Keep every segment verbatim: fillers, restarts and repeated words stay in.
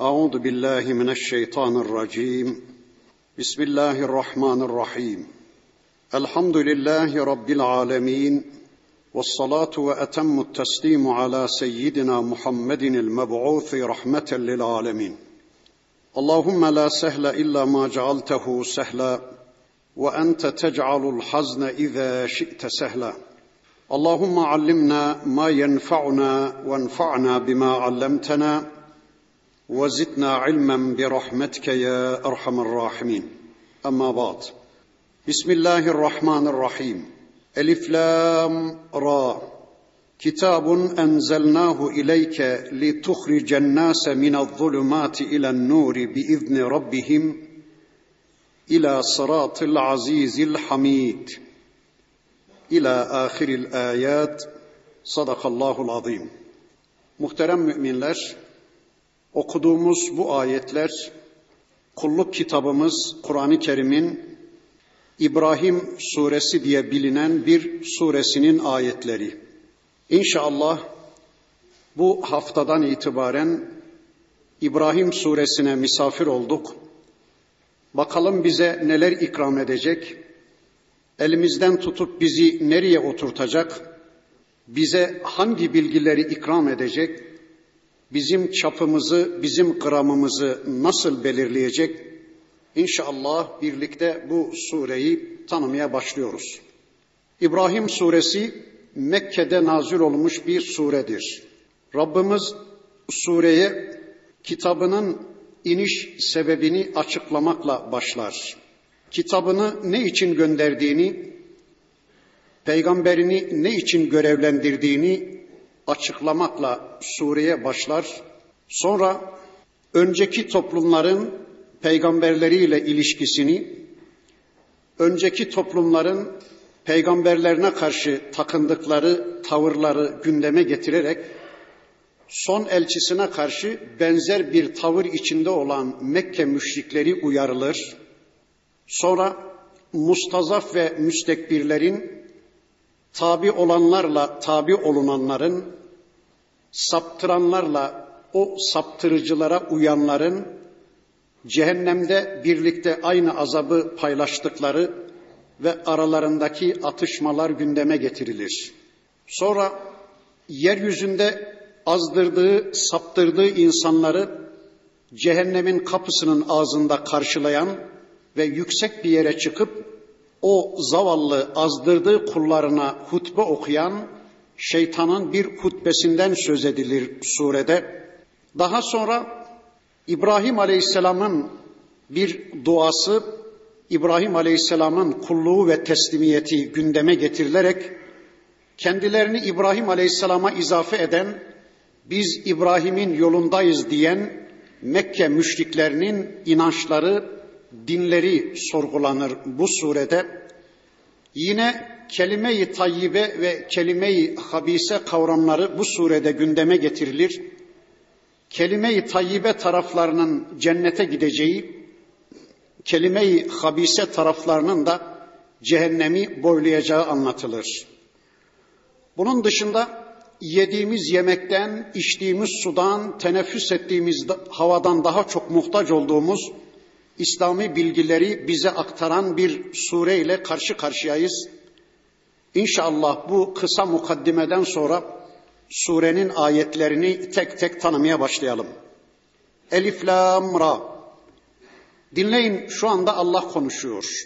أعوذ بالله من الشيطان الرجيم بسم الله الرحمن الرحيم الحمد لله رب العالمين والصلاة وأتم التسليم على سيدنا محمد المبعوث رحمة للعالمين اللهم لا سهل إلا ما جعلته سهلا وأنت تجعل الحزن إذا شئت سهلا اللهم علمنا ما ينفعنا وانفعنا بما علمتنا وزدنا علما برحمتك يا أرحم الراحمين أما بعد بسم الله الرحمن الرحيم ألف لام را كتاب أنزلناه إليك لتخرج الناس من الظلمات إلى النور بإذن ربهم إلى صراط العزيز الحميد إلى آخر الآيات صدق الله العظيم. Muhterem müminler, okuduğumuz bu ayetler kulluk kitabımız Kur'an-ı Kerim'in İbrahim suresi diye bilinen bir suresinin ayetleri. İnşallah bu haftadan itibaren İbrahim suresine misafir olduk. Bakalım bize neler ikram edecek, elimizden tutup bizi nereye oturtacak, bize hangi bilgileri ikram edecek, bizim çapımızı, bizim gramımızı nasıl belirleyecek? İnşallah birlikte bu sureyi tanımaya başlıyoruz. İbrahim suresi Mekke'de nazil olmuş bir suredir. Rabbimiz sureye kitabının iniş sebebini açıklamakla başlar. Kitabını ne için gönderdiğini, peygamberini ne için görevlendirdiğini açıklamakla sureye başlar. Sonra önceki toplumların peygamberleriyle ilişkisini, önceki toplumların peygamberlerine karşı takındıkları tavırları gündeme getirerek son elçisine karşı benzer bir tavır içinde olan Mekke müşrikleri uyarılır. Sonra mustazaf ve müstekbirlerin, tabi olanlarla tabi olunanların, saptıranlarla o saptırıcılara uyanların cehennemde birlikte aynı azabı paylaştıkları ve aralarındaki atışmalar gündeme getirilir. Sonra yeryüzünde azdırdığı, saptırdığı insanları cehennemin kapısının ağzında karşılayan ve yüksek bir yere çıkıp o zavallı azdırdığı kullarına hutbe okuyan şeytanın bir hutbesinden söz edilir surede. Daha sonra İbrahim Aleyhisselam'ın bir duası, İbrahim Aleyhisselam'ın kulluğu ve teslimiyeti gündeme getirilerek kendilerini İbrahim Aleyhisselam'a izafe eden, biz İbrahim'in yolundayız diyen Mekke müşriklerinin inançları, dinleri sorgulanır bu surede. Yine kelime-i tayyibe ve kelime-i habise kavramları bu surede gündeme getirilir. Kelime-i tayyibe taraflarının cennete gideceği, kelime-i habise taraflarının da cehennemi boylayacağı anlatılır. Bunun dışında yediğimiz yemekten, içtiğimiz sudan, teneffüs ettiğimiz havadan daha çok muhtaç olduğumuz İslami bilgileri bize aktaran bir sureyle karşı karşıyayız. İnşallah bu kısa mukaddimeden sonra surenin ayetlerini tek tek tanımaya başlayalım. Elif lam ra. Dinleyin, şu anda Allah konuşuyor.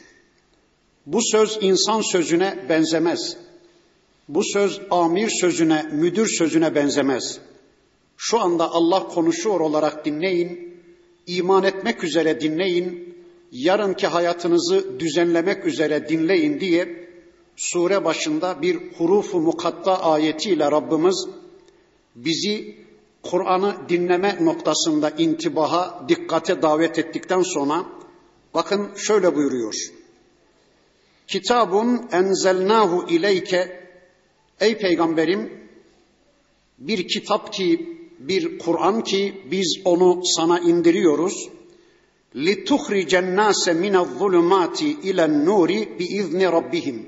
Bu söz insan sözüne benzemez. Bu söz amir sözüne, müdür sözüne benzemez. Şu anda Allah konuşuyor olarak dinleyin, iman etmek üzere dinleyin, yarınki hayatınızı düzenlemek üzere dinleyin diye sure başında bir hurufu mukatta ayetiyle Rabbimiz bizi Kur'an'ı dinleme noktasında intibaha, dikkate davet ettikten sonra bakın şöyle buyuruyor. Kitabun enzelnahu ileyke, ey peygamberim, bir kitap ki, bir Kur'an ki biz onu sana indiriyoruz. لِتُخْرِجَ النَّاسَ مِنَ الظُّلُمَاتِ اِلَى النُّورِ بِاِذْنِ رَبِّهِمْ.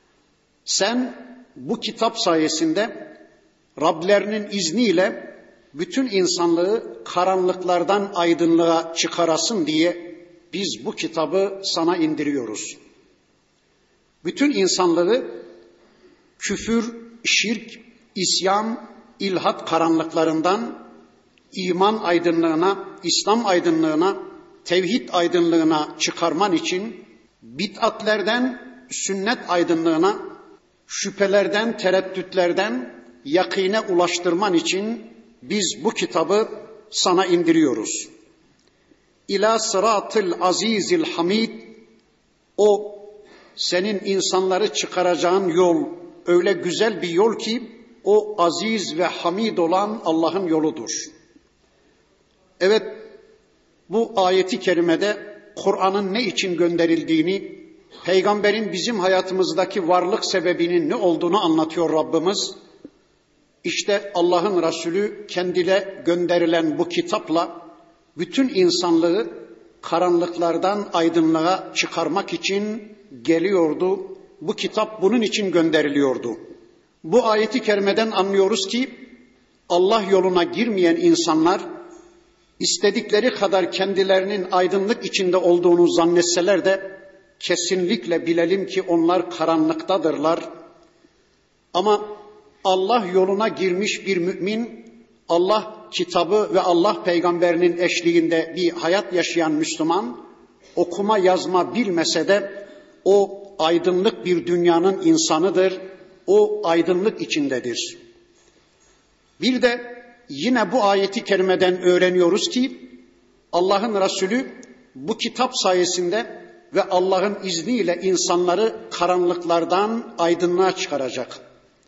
Sen bu kitap sayesinde Rablerinin izniyle bütün insanlığı karanlıklardan aydınlığa çıkarasın diye biz bu kitabı sana indiriyoruz. Bütün insanlığı küfür, şirk, isyan, ilhat karanlıklarından iman aydınlığına, İslam aydınlığına, tevhid aydınlığına çıkarman için bid'atlerden sünnet aydınlığına, şüphelerden, tereddütlerden yakine ulaştırman için biz bu kitabı sana indiriyoruz. İlâ sıratıl azizil hamid, o senin insanları çıkaracağın yol öyle güzel bir yol ki o aziz ve hamid olan Allah'ın yoludur. Evet, bu ayeti kerimede Kur'an'ın ne için gönderildiğini, peygamberin bizim hayatımızdaki varlık sebebinin ne olduğunu anlatıyor Rabbimiz. İşte Allah'ın Resulü kendine gönderilen bu kitapla bütün insanlığı karanlıklardan aydınlığa çıkarmak için geliyordu. Bu kitap bunun için gönderiliyordu. Bu ayeti kerimeden anlıyoruz ki Allah yoluna girmeyen insanlar istedikleri kadar kendilerinin aydınlık içinde olduğunu zannetseler de kesinlikle bilelim ki onlar karanlıktadırlar. Ama Allah yoluna girmiş bir mümin, Allah kitabı ve Allah peygamberinin eşliğinde bir hayat yaşayan Müslüman, okuma yazma bilmese de o aydınlık bir dünyanın insanıdır, o aydınlık içindedir. Bir de yine bu ayeti kerimeden öğreniyoruz ki Allah'ın Resulü bu kitap sayesinde ve Allah'ın izniyle insanları karanlıklardan aydınlığa çıkaracak.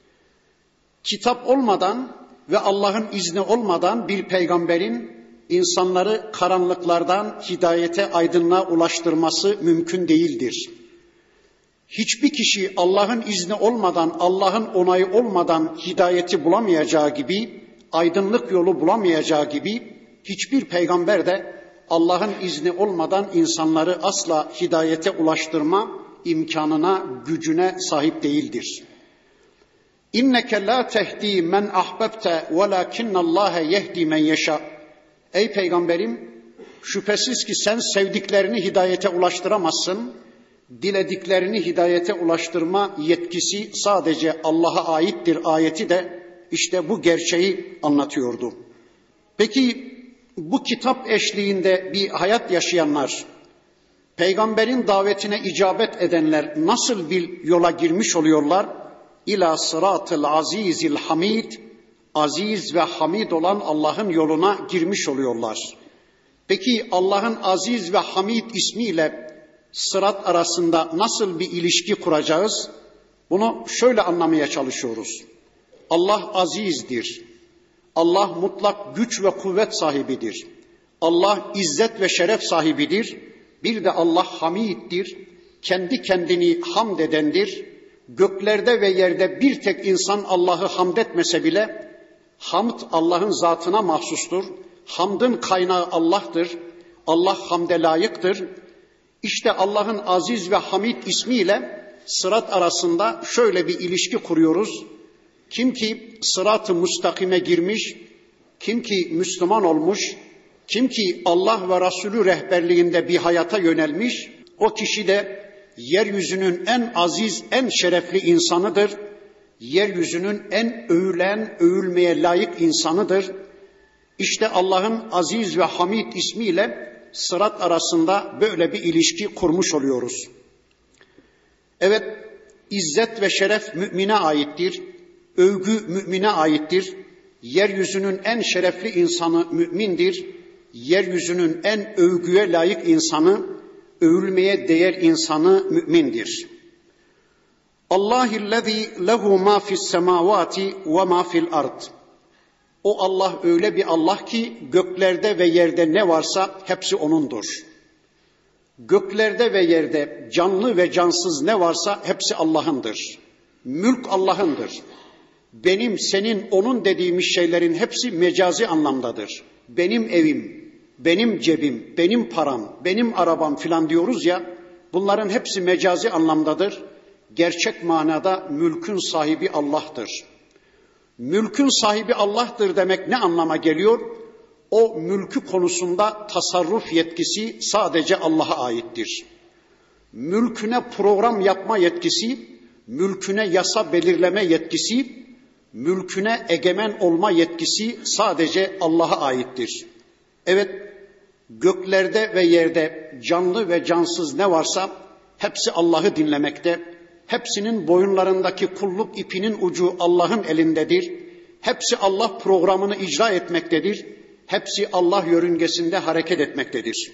Kitap olmadan ve Allah'ın izni olmadan bir peygamberin insanları karanlıklardan hidayete, aydınlığa ulaştırması mümkün değildir. Hiçbir kişi Allah'ın izni olmadan, Allah'ın onayı olmadan hidayeti bulamayacağı gibi, aydınlık yolu bulamayacağı gibi hiçbir peygamber de Allah'ın izni olmadan insanları asla hidayete ulaştırma imkanına, gücüne sahip değildir. İnneke la tehdi men ahbabte velakinnallaha yehdi men yeşâ. Ey peygamberim, şüphesiz ki sen sevdiklerini hidayete ulaştıramazsın. Dilediklerini hidayete ulaştırma yetkisi sadece Allah'a aittir ayeti de işte bu gerçeği anlatıyordu. Peki bu kitap eşliğinde bir hayat yaşayanlar, peygamberin davetine icabet edenler nasıl bir yola girmiş oluyorlar? İlâ sıratıl azizil hamid, aziz ve hamid olan Allah'ın yoluna girmiş oluyorlar. Peki Allah'ın aziz ve hamid ismiyle sırat arasında nasıl bir ilişki kuracağız? Bunu şöyle anlamaya çalışıyoruz. Allah azizdir. Allah mutlak güç ve kuvvet sahibidir. Allah izzet ve şeref sahibidir. Bir de Allah hamiddir. Kendi kendini hamd edendir. Göklerde ve yerde bir tek insan Allah'ı hamd etmese bile hamd Allah'ın zatına mahsustur. Hamdın kaynağı Allah'tır. Allah hamde layıktır. İşte Allah'ın aziz ve hamid ismiyle sırat arasında şöyle bir ilişki kuruyoruz. Kim ki sırat-ı müstakime girmiş, kim ki Müslüman olmuş, kim ki Allah ve Resulü rehberliğinde bir hayata yönelmiş, o kişi de yeryüzünün en aziz, en şerefli insanıdır. Yeryüzünün en övülen, övülmeye layık insanıdır. İşte Allah'ın aziz ve hamid ismiyle sırat arasında böyle bir ilişki kurmuş oluyoruz. Evet, izzet ve şeref mümine aittir. Övgü mümine aittir. Yeryüzünün en şerefli insanı mümindir. Yeryüzünün en övgüye layık insanı, övülmeye değer insanı mümindir. Allahillezî lehu mâ fissemâvâti ve mâ fil ard. O Allah öyle bir Allah ki göklerde ve yerde ne varsa hepsi O'nundur. Göklerde ve yerde canlı ve cansız ne varsa hepsi Allah'ındır. Mülk Allah'ındır. Benim, senin, onun dediğimiz şeylerin hepsi mecazi anlamdadır. Benim evim, benim cebim, benim param, benim arabam filan diyoruz ya, bunların hepsi mecazi anlamdadır. Gerçek manada mülkün sahibi Allah'tır. Mülkün sahibi Allah'tır demek ne anlama geliyor? O mülkü konusunda tasarruf yetkisi sadece Allah'a aittir. Mülküne program yapma yetkisi, mülküne yasa belirleme yetkisi, mülküne egemen olma yetkisi sadece Allah'a aittir. Evet, göklerde ve yerde canlı ve cansız ne varsa hepsi Allah'ı dinlemekte. Hepsinin boyunlarındaki kulluk ipinin ucu Allah'ın elindedir. Hepsi Allah programını icra etmektedir. Hepsi Allah yörüngesinde hareket etmektedir.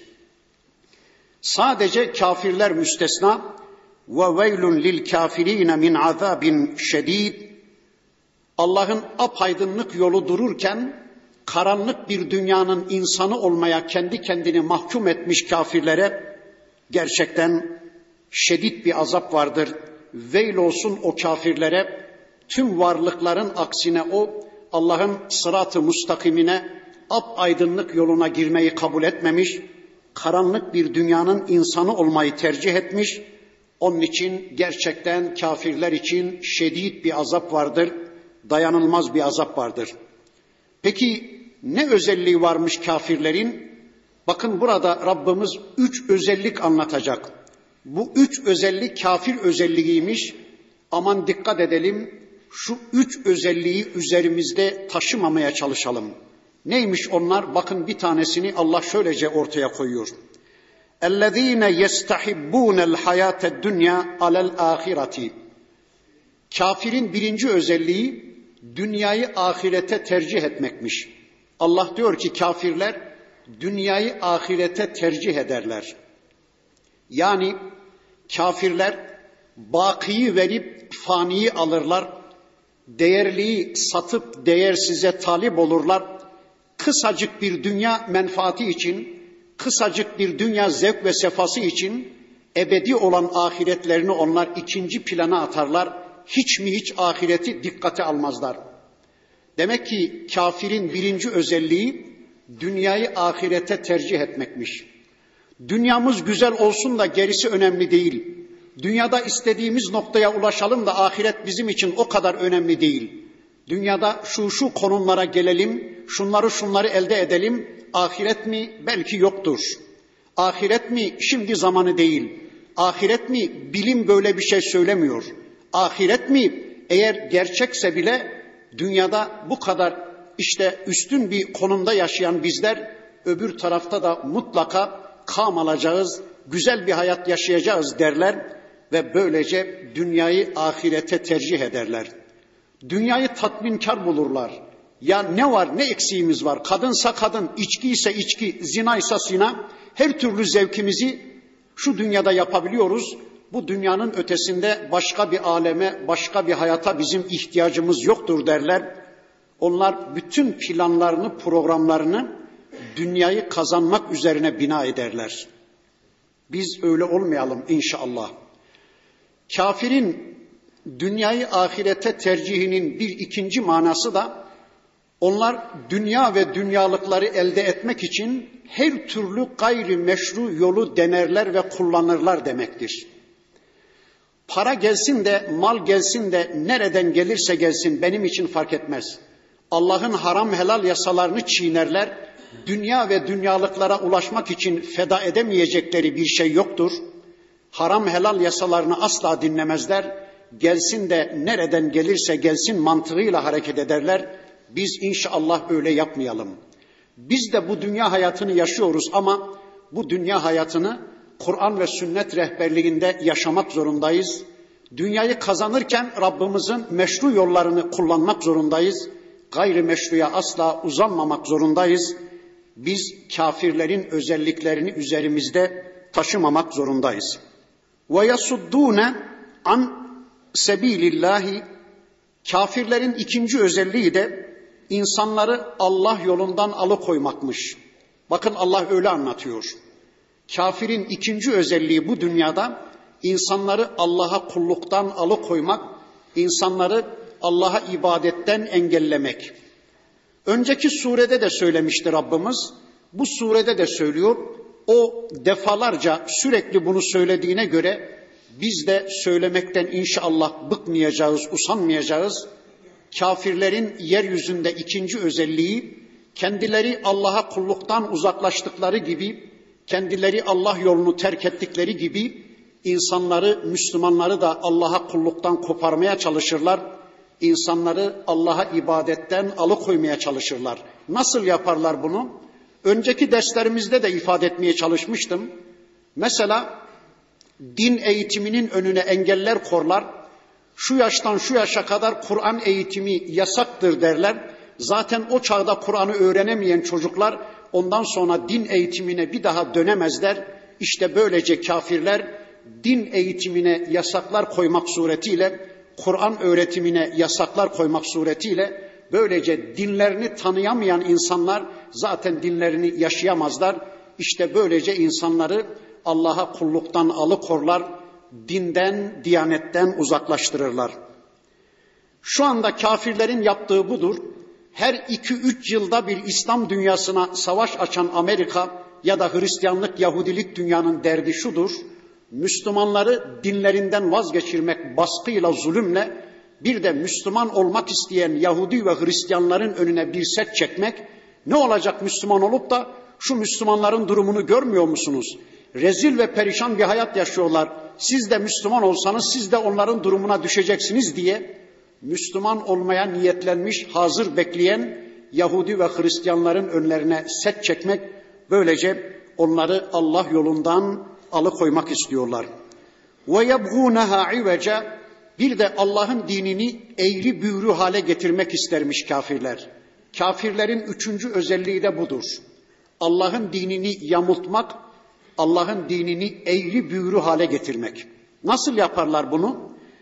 Sadece kafirler müstesna. وَوَيْلٌ لِلْكَافِر۪ينَ مِنْ عَذَابٍ شَد۪يدٍ. Allah'ın apaydınlık yolu dururken karanlık bir dünyanın insanı olmaya kendi kendini mahkum etmiş kafirlere gerçekten şiddet bir azap vardır. Veil olsun o kafirlere. Tüm varlıkların aksine o Allah'ın sırat-ı müstakimine, apaydınlık yoluna girmeyi kabul etmemiş, karanlık bir dünyanın insanı olmayı tercih etmiş. Onun için gerçekten kafirler için şiddet bir azap vardır, dayanılmaz bir azap vardır. Peki ne özelliği varmış kafirlerin? Bakın burada Rabbimiz üç özellik anlatacak. Bu üç özellik kafir özelliğiymiş. Aman dikkat edelim, şu üç özelliği üzerimizde taşımamaya çalışalım. Neymiş onlar? Bakın bir tanesini Allah şöylece ortaya koyuyor. اَلَّذ۪ينَ يَسْتَحِبُّونَ الْحَيَاةَ الدُّنْيَا عَلَى الْآخِرَةِ. Kafirin birinci özelliği dünyayı ahirete tercih etmekmiş. Allah diyor ki kafirler dünyayı ahirete tercih ederler. Yani kafirler bakiyi verip faniyi alırlar, değerliyi satıp değersize talip olurlar. Kısacık bir dünya menfaati için, kısacık bir dünya zevk ve sefası için ebedi olan ahiretlerini onlar ikinci plana atarlar. Hiç mi hiç ahireti dikkate almazlar. Demek ki kafirin birinci özelliği dünyayı ahirete tercih etmekmiş. Dünyamız güzel olsun da gerisi önemli değil. Dünyada istediğimiz noktaya ulaşalım da ahiret bizim için o kadar önemli değil. Dünyada şu şu konumlara gelelim, şunları şunları elde edelim. Ahiret mi? Belki yoktur. Ahiret mi? Şimdi zamanı değil. Ahiret mi? Bilim böyle bir şey söylemiyor. Ahiret mi? Eğer gerçekse bile dünyada bu kadar işte üstün bir konumda yaşayan bizler öbür tarafta da mutlaka kam alacağız, güzel bir hayat yaşayacağız derler ve böylece dünyayı ahirete tercih ederler. Dünyayı tatminkar bulurlar. Ya ne var, ne eksiğimiz var? Kadınsa kadın, içki ise içki, zina ise zina. Her türlü zevkimizi şu dünyada yapabiliyoruz. Bu dünyanın ötesinde başka bir aleme, başka bir hayata bizim ihtiyacımız yoktur derler. Onlar bütün planlarını, programlarını dünyayı kazanmak üzerine bina ederler. Biz öyle olmayalım inşallah. Kafirin dünyayı ahirete tercihinin bir ikinci manası da onlar dünya ve dünyalıkları elde etmek için her türlü gayri meşru yolu denerler ve kullanırlar demektir. Para gelsin de, mal gelsin de, nereden gelirse gelsin benim için fark etmez. Allah'ın haram helal yasalarını çiğnerler. Dünya ve dünyalıklara ulaşmak için feda edemeyecekleri bir şey yoktur. Haram helal yasalarını asla dinlemezler. Gelsin de nereden gelirse gelsin mantığıyla hareket ederler. Biz inşallah öyle yapmayalım. Biz de bu dünya hayatını yaşıyoruz ama bu dünya hayatını Kur'an ve sünnet rehberliğinde yaşamak zorundayız. Dünyayı kazanırken Rabbimizin meşru yollarını kullanmak zorundayız. Gayrimeşruya asla uzanmamak zorundayız. Biz kafirlerin özelliklerini üzerimizde taşımamak zorundayız. Ve yasuddûne an sebilillahi. Kafirlerin ikinci özelliği de insanları Allah yolundan alıkoymakmış. Bakın Allah öyle anlatıyor. Kafirin ikinci özelliği bu dünyada insanları Allah'a kulluktan alıkoymak, insanları Allah'a ibadetten engellemek. Önceki surede de söylemişti Rabbimiz, bu surede de söylüyor. O defalarca sürekli bunu söylediğine göre biz de söylemekten inşallah bıkmayacağız, usanmayacağız. kafirlerin yeryüzünde ikinci özelliği, kendileri Allah'a kulluktan uzaklaştıkları gibi, kendileri Allah yolunu terk ettikleri gibi, insanları, Müslümanları da Allah'a kulluktan koparmaya çalışırlar. İnsanları Allah'a ibadetten alıkoymaya çalışırlar. Nasıl yaparlar bunu? Önceki derslerimizde de ifade etmeye çalışmıştım. Mesela din eğitiminin önüne engeller korlar. Şu yaştan şu yaşa kadar Kur'an eğitimi yasaktır derler. Zaten o çağda Kur'an'ı öğrenemeyen çocuklar ondan sonra din eğitimine bir daha dönemezler. İşte böylece kafirler din eğitimine yasaklar koymak suretiyle, Kur'an öğretimine yasaklar koymak suretiyle böylece dinlerini tanıyamayan insanlar zaten dinlerini yaşayamazlar. İşte böylece insanları Allah'a kulluktan alıkorlar, dinden, diyanetten uzaklaştırırlar. Şu anda kafirlerin yaptığı budur. Her iki üç yılda bir İslam dünyasına savaş açan Amerika ya da Hristiyanlık, Yahudilik dünyanın derdi şudur: Müslümanları dinlerinden vazgeçirmek baskıyla, zulümle, bir de Müslüman olmak isteyen Yahudi ve Hristiyanların önüne bir set çekmek. Ne olacak Müslüman olup da şu Müslümanların durumunu görmüyor musunuz? Rezil ve perişan bir hayat yaşıyorlar. Siz de Müslüman olsanız siz de onların durumuna düşeceksiniz diye Müslüman olmaya niyetlenmiş, hazır bekleyen Yahudi ve Hristiyanların önlerine set çekmek, böylece onları Allah yolundan alıkoymak istiyorlar. Ve yebğûneha iveca, bir de Allah'ın dinini eğri büğrü hale getirmek istermiş kafirler. Kafirlerin üçüncü özelliği de budur. Allah'ın dinini yamultmak, Allah'ın dinini eğri büğrü hale getirmek. Nasıl yaparlar bunu?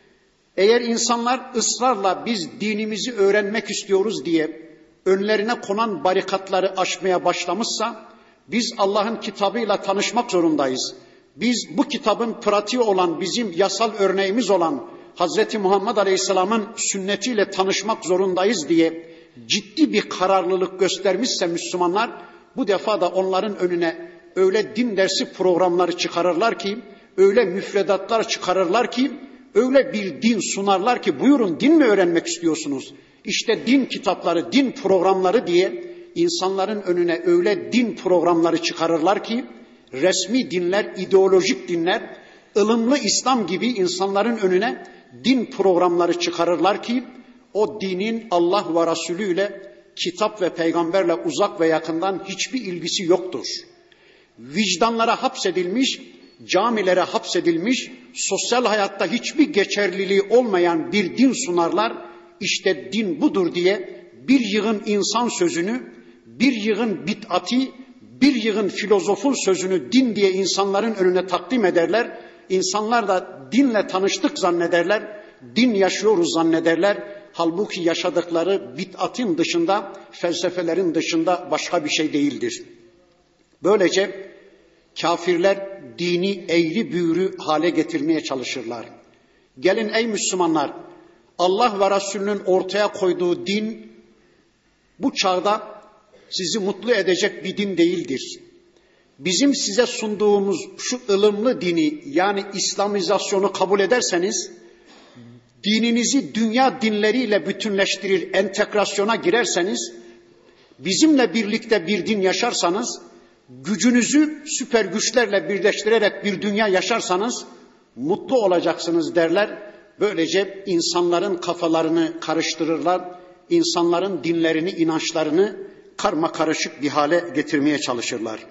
Eğer insanlar ısrarla biz dinimizi öğrenmek istiyoruz diye önlerine konan barikatları aşmaya başlamışsa, biz Allah'ın kitabıyla tanışmak zorundayız. Biz bu kitabın pratiği olan, bizim yasal örneğimiz olan Hazreti Muhammed Aleyhisselam'ın sünnetiyle tanışmak zorundayız diye ciddi bir kararlılık göstermişse Müslümanlar, bu defa da onların önüne öyle din dersi programları çıkarırlar ki, öyle müfredatlar çıkarırlar ki, öyle bir din sunarlar ki, buyurun din mi öğrenmek istiyorsunuz? İşte din kitapları, din programları diye insanların önüne öyle din programları çıkarırlar ki, resmi dinler, ideolojik dinler, ılımlı İslam gibi insanların önüne din programları çıkarırlar ki, o dinin Allah ve Resulü ile, kitap ve peygamberle uzak ve yakından hiçbir ilgisi yoktur. Vicdanlara hapsedilmiş, camilere hapsedilmiş, sosyal hayatta hiçbir geçerliliği olmayan bir din sunarlar. İşte din budur diye bir yığın insan sözünü, bir yığın bid'ati, bir yığın filozofun sözünü din diye insanların önüne takdim ederler. İnsanlar da dinle tanıştık zannederler, din yaşıyoruz zannederler. Halbuki yaşadıkları bid'atin dışında, felsefelerin dışında başka bir şey değildir. Böylece kafirler dini eğri büğrü hale getirmeye çalışırlar. Gelin ey Müslümanlar, Allah ve Resulünün ortaya koyduğu din bu çağda sizi mutlu edecek bir din değildir. Bizim size sunduğumuz şu ılımlı dini, yani İslamizasyonu kabul ederseniz, dininizi dünya dinleriyle bütünleştirir, entegrasyona girerseniz, bizimle birlikte bir din yaşarsanız, gücünüzü süper güçlerle birleştirerek bir dünya yaşarsanız mutlu olacaksınız derler. Böylece insanların kafalarını karıştırırlar, insanların dinlerini, inançlarını karma karışık bir hale getirmeye çalışırlar.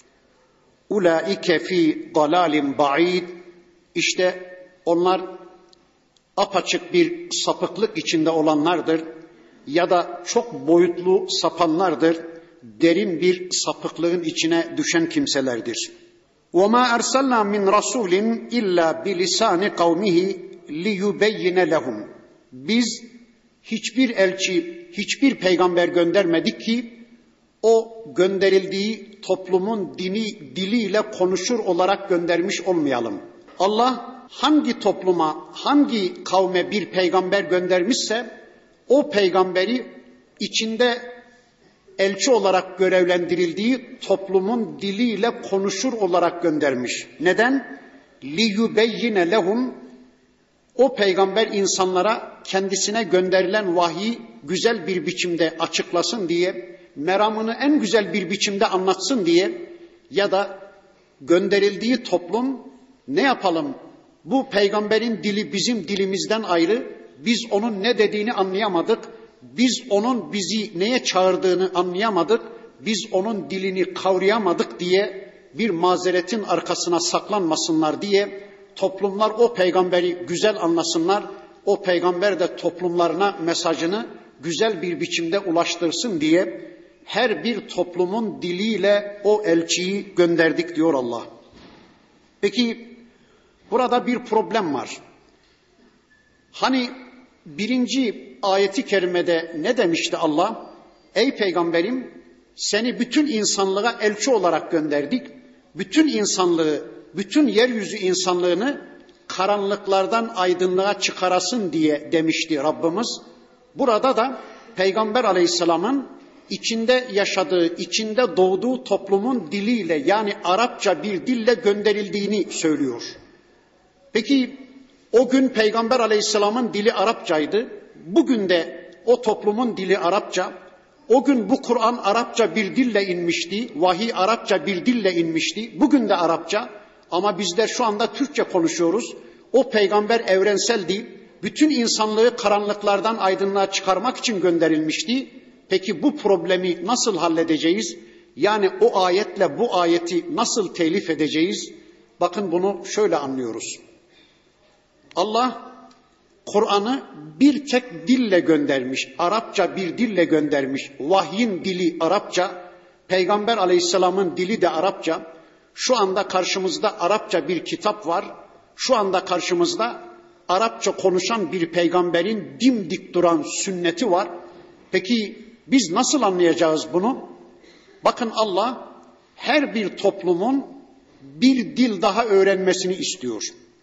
Ulaike fi dalalin ba'id, işte onlar apaçık bir sapıklık içinde olanlardır ya da çok boyutlu sapanlardır, derin bir sapıklığın içine düşen kimselerdir. وَمَا أَرْسَلْنَا مِنْ رَسُولٍ إِلَّا بِلِسَانِ قَوْمِهِ لِيُبَيِّنَ لَهُمْ. Biz hiçbir elçi, hiçbir peygamber göndermedik ki o gönderildiği toplumun dini, diliyle konuşur olarak göndermiş olmayalım. Allah hangi topluma, hangi kavme bir peygamber göndermişse o peygamberi içinde elçi olarak görevlendirildiği toplumun diliyle konuşur olarak göndermiş. Neden? لِيُبَيِّنَ لَهُمْ. O peygamber insanlara kendisine gönderilen vahyi güzel bir biçimde açıklasın diye, meramını en güzel bir biçimde anlatsın diye ya da gönderildiği toplum ne yapalım? Bu peygamberin dili bizim dilimizden ayrı, biz onun ne dediğini anlayamadık, biz onun bizi neye çağırdığını anlayamadık, biz onun dilini kavrayamadık diye bir mazeretin arkasına saklanmasınlar diye toplumlar o peygamberi güzel anlasınlar, o peygamber de toplumlarına mesajını güzel bir biçimde ulaştırsın diye her bir toplumun diliyle o elçiyi gönderdik diyor Allah. Peki burada bir problem var. Hani birinci ayeti kerimede ne demişti Allah? Ey peygamberim, seni bütün insanlığa elçi olarak gönderdik. Bütün insanlığı, bütün yeryüzü insanlığını karanlıklardan aydınlığa çıkarasın diye demişti Rabbimiz. Burada da Peygamber Aleyhisselam'ın içinde yaşadığı, içinde doğduğu toplumun diliyle, yani Arapça bir dille gönderildiğini söylüyor. Peki o gün Peygamber Aleyhisselam'ın dili Arapçaydı. Bugün de o toplumun dili Arapça. O gün bu Kur'an Arapça bir dille inmişti. Vahiy Arapça bir dille inmişti. Bugün de Arapça. Ama bizler şu anda Türkçe konuşuyoruz. O peygamber evrenseldi. Bütün insanlığı karanlıklardan aydınlığa çıkarmak için gönderilmişti. Peki bu problemi nasıl halledeceğiz? Yani o ayetle bu ayeti nasıl telif edeceğiz? Bakın bunu şöyle anlıyoruz. Allah Kur'an'ı bir tek dille göndermiş. Arapça bir dille göndermiş. Vahyin dili Arapça. Peygamber Aleyhisselam'ın dili de Arapça. Şu anda karşımızda Arapça bir kitap var. Şu anda karşımızda Arapça konuşan bir peygamberin dimdik duran sünneti var. Peki biz nasıl anlayacağız bunu? Bakın Allah her bir toplumun bir dil daha öğrenmesini istiyor.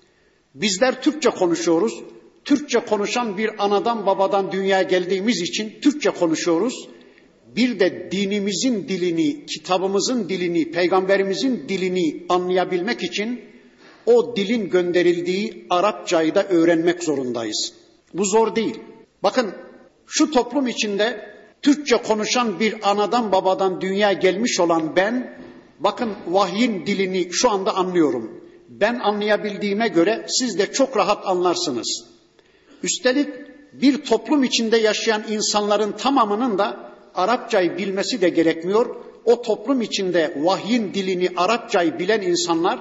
Bizler Türkçe konuşuyoruz. Türkçe konuşan bir anadan babadan dünyaya geldiğimiz için Türkçe konuşuyoruz. Bir de dinimizin dilini, kitabımızın dilini, peygamberimizin dilini anlayabilmek için o dilin gönderildiği Arapçayı da öğrenmek zorundayız. Bu zor değil. Bakın şu toplum içinde Türkçe konuşan bir anadan babadan dünyaya gelmiş olan ben, bakın vahyin dilini şu anda anlıyorum. Ben anlayabildiğime göre siz de çok rahat anlarsınız. Üstelik bir toplum içinde yaşayan insanların tamamının da Arapçayı bilmesi de gerekmiyor. O toplum içinde vahyin dilini, Arapçayı bilen insanlar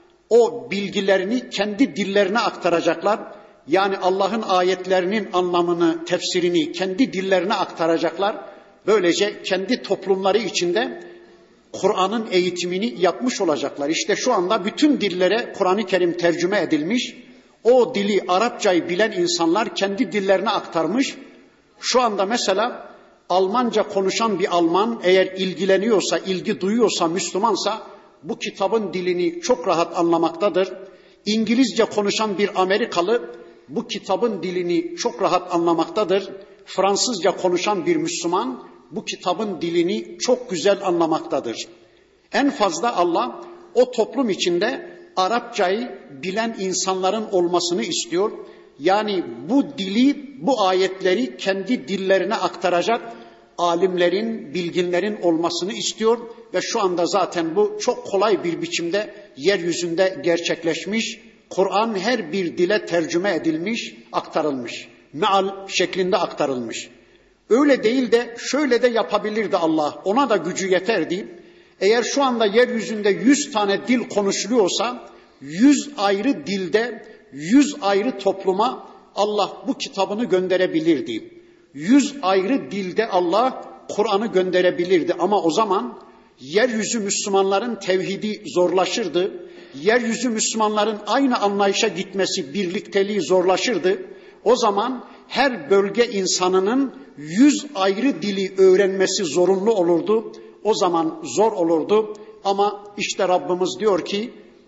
o bilgilerini kendi dillerine aktaracaklar. Yani Allah'ın ayetlerinin anlamını, tefsirini kendi dillerine aktaracaklar. Böylece kendi toplumları içinde Kur'an'ın eğitimini yapmış olacaklar. İşte şu anda bütün dillere Kur'an-ı Kerim tercüme edilmiş. O dili, Arapçayı bilen insanlar kendi dillerine aktarmış. Şu anda mesela Almanca konuşan bir Alman eğer ilgileniyorsa, ilgi duyuyorsa, Müslümansa bu kitabın dilini çok rahat anlamaktadır. İngilizce konuşan bir Amerikalı bu kitabın dilini çok rahat anlamaktadır. Fransızca konuşan bir Müslüman bu kitabın dilini çok güzel anlamaktadır. En fazla Allah o toplum içinde Arapçayı bilen insanların olmasını istiyor. Yani bu dili, bu ayetleri kendi dillerine aktaracak alimlerin, bilginlerin olmasını istiyor ve şu anda zaten bu çok kolay bir biçimde yeryüzünde gerçekleşmiş. Kur'an her bir dile tercüme edilmiş, aktarılmış. Meal şeklinde aktarılmış. Öyle değil de şöyle de yapabilirdi Allah. Ona da gücü yeterdi. Eğer şu anda yeryüzünde yüz tane dil konuşuluyorsa, yüz ayrı dilde, yüz ayrı topluma Allah bu kitabını gönderebilirdi. Yüz ayrı dilde Allah Kur'an'ı gönderebilirdi. Ama o zaman yeryüzü Müslümanların tevhidi zorlaşırdı. Yeryüzü Müslümanların aynı anlayışa gitmesi, birlikteliği zorlaşırdı. O zaman her bölge insanının yüz ayrı dili öğrenmesi zorunlu olurdu. O zaman zor olurdu. Ama işte Rabbimiz diyor ki,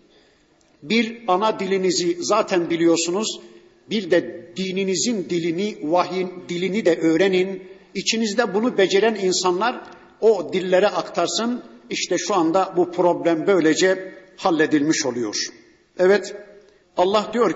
bir ana dilinizi zaten biliyorsunuz, bir de dininizin dilini, vahyin dilini de öğrenin. İçinizde bunu beceren insanlar o dillere aktarsın. İşte şu anda bu problem böylece halledilmiş oluyor. Evet, Allah diyor ki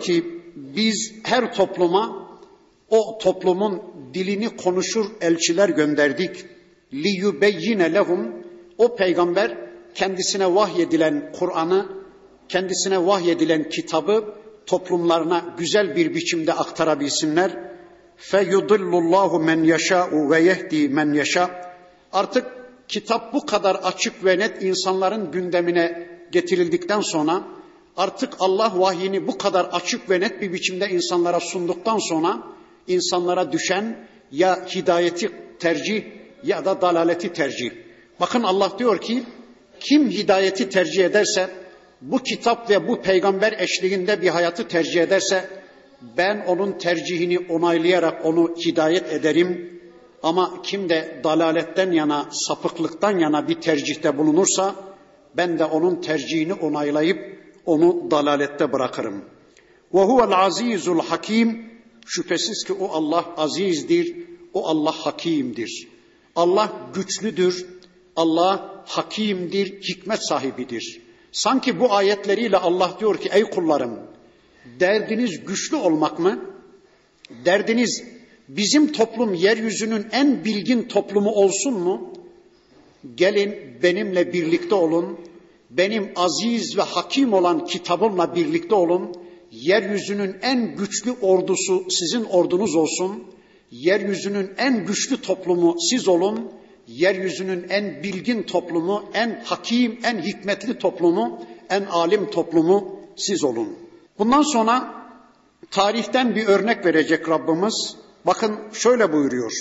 biz her topluma o toplumun dilini konuşur elçiler gönderdik. لِيُبَيِّنَ لَهُمْ O peygamber kendisine vahyedilen Kur'an'ı, kendisine vahyedilen kitabı toplumlarına güzel bir biçimde aktarabilsinler. فَيُضِلُّ اللّٰهُ مَنْ يَشَاءُ وَيَهْدِي مَنْ يَشَاءُ Artık kitap bu kadar açık ve net insanların gündemine getirildikten sonra, artık Allah vahyini bu kadar açık ve net bir biçimde insanlara sunduktan sonra, insanlara düşen ya hidayeti tercih ya da dalaleti tercih. Bakın Allah diyor ki, kim hidayeti tercih ederse, bu kitap ve bu peygamber eşliğinde bir hayatı tercih ederse, ben onun tercihini onaylayarak onu hidayet ederim. Ama kim de dalaletten yana, sapıklıktan yana bir tercihte bulunursa, ben de onun tercihini onaylayıp onu dalalette bırakırım. وَهُوَ الْعَز۪يزُ الْحَك۪يمُ Şüphesiz ki o Allah azizdir, o Allah hakimdir. Allah güçlüdür, Allah hakimdir, hikmet sahibidir. Sanki bu ayetleriyle Allah diyor ki, ey kullarım, derdiniz güçlü olmak mı? Derdiniz bizim toplum yeryüzünün en bilgin toplumu olsun mu? Gelin benimle birlikte olun, benim aziz ve hakim olan kitabımla birlikte olun. Yeryüzünün en güçlü ordusu sizin ordunuz olsun. Yeryüzünün en güçlü toplumu siz olun. Yeryüzünün en bilgin toplumu, en hakim, en hikmetli toplumu, en alim toplumu siz olun. Bundan sonra tarihten bir örnek verecek Rabbimiz. Bakın şöyle buyuruyor.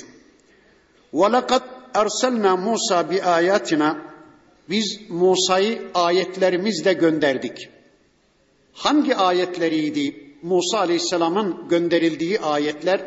وَلَقَدْ اَرْسَلْنَا مُوسَى بِآيَاتِنَا Biz Musa'yı ayetlerimizle gönderdik. Hangi ayetleriydi Musa Aleyhisselam'ın gönderildiği ayetler?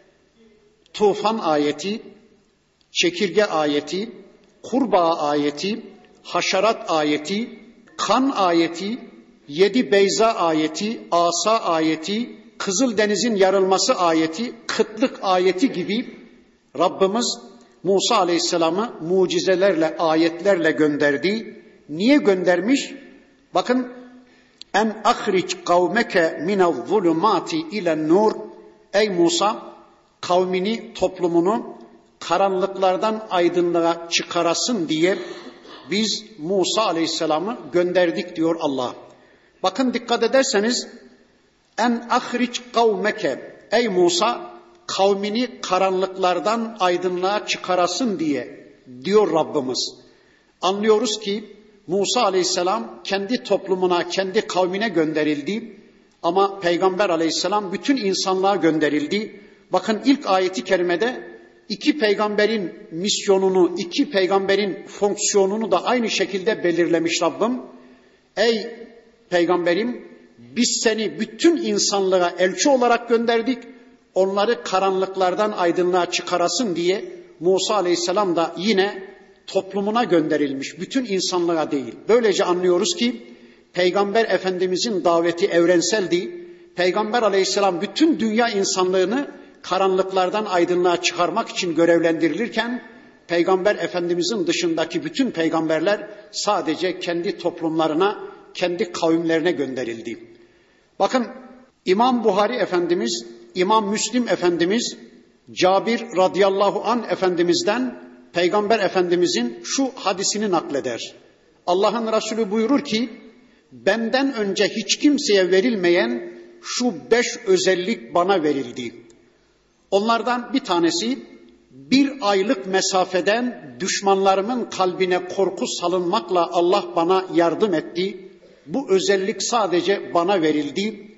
Tufan ayeti, çekirge ayeti, kurbağa ayeti, haşerat ayeti, kan ayeti, yedi beyza ayeti, asa ayeti, Kızıldeniz'in yarılması ayeti, kıtlık ayeti gibi Rabbimiz Musa Aleyhisselam'ı mucizelerle, ayetlerle gönderdi. Niye göndermiş? Bakın, en ahric kavmeke minez-zulumati ilen-nur. Ey Musa, kavmini, toplumunu karanlıklardan aydınlığa çıkarasın diye biz Musa Aleyhisselam'ı gönderdik diyor Allah. Bakın dikkat ederseniz, en ahric kavmeke, ey Musa, kavmini karanlıklardan aydınlığa çıkarasın diye diyor Rabbimiz. Anlıyoruz ki Musa Aleyhisselam kendi toplumuna, kendi kavmine gönderildi. Ama Peygamber Aleyhisselam bütün insanlığa gönderildi. Bakın ilk ayeti kerimede iki peygamberin misyonunu, iki peygamberin fonksiyonunu da aynı şekilde belirlemiş Rabbim. Ey peygamberim, biz seni bütün insanlığa elçi olarak gönderdik. Onları karanlıklardan aydınlığa çıkarasın diye Musa Aleyhisselam da yine toplumuna gönderilmiş, bütün insanlığa değil. Böylece anlıyoruz ki Peygamber Efendimizin daveti evrenseldi. Peygamber Aleyhisselam bütün dünya insanlığını karanlıklardan aydınlığa çıkarmak için görevlendirilirken, Peygamber Efendimizin dışındaki bütün peygamberler sadece kendi toplumlarına, kendi kavimlerine gönderildi. Bakın İmam Buhari Efendimiz, İmam Müslim Efendimiz, Cabir radıyallahu anh Efendimiz'den Peygamber Efendimizin şu hadisini nakleder. Allah'ın Resulü buyurur ki, benden önce hiç kimseye verilmeyen şu beş özellik bana verildi. Onlardan bir tanesi, bir aylık mesafeden düşmanlarımın kalbine korku salınmakla Allah bana yardım etti. Bu özellik sadece bana verildi.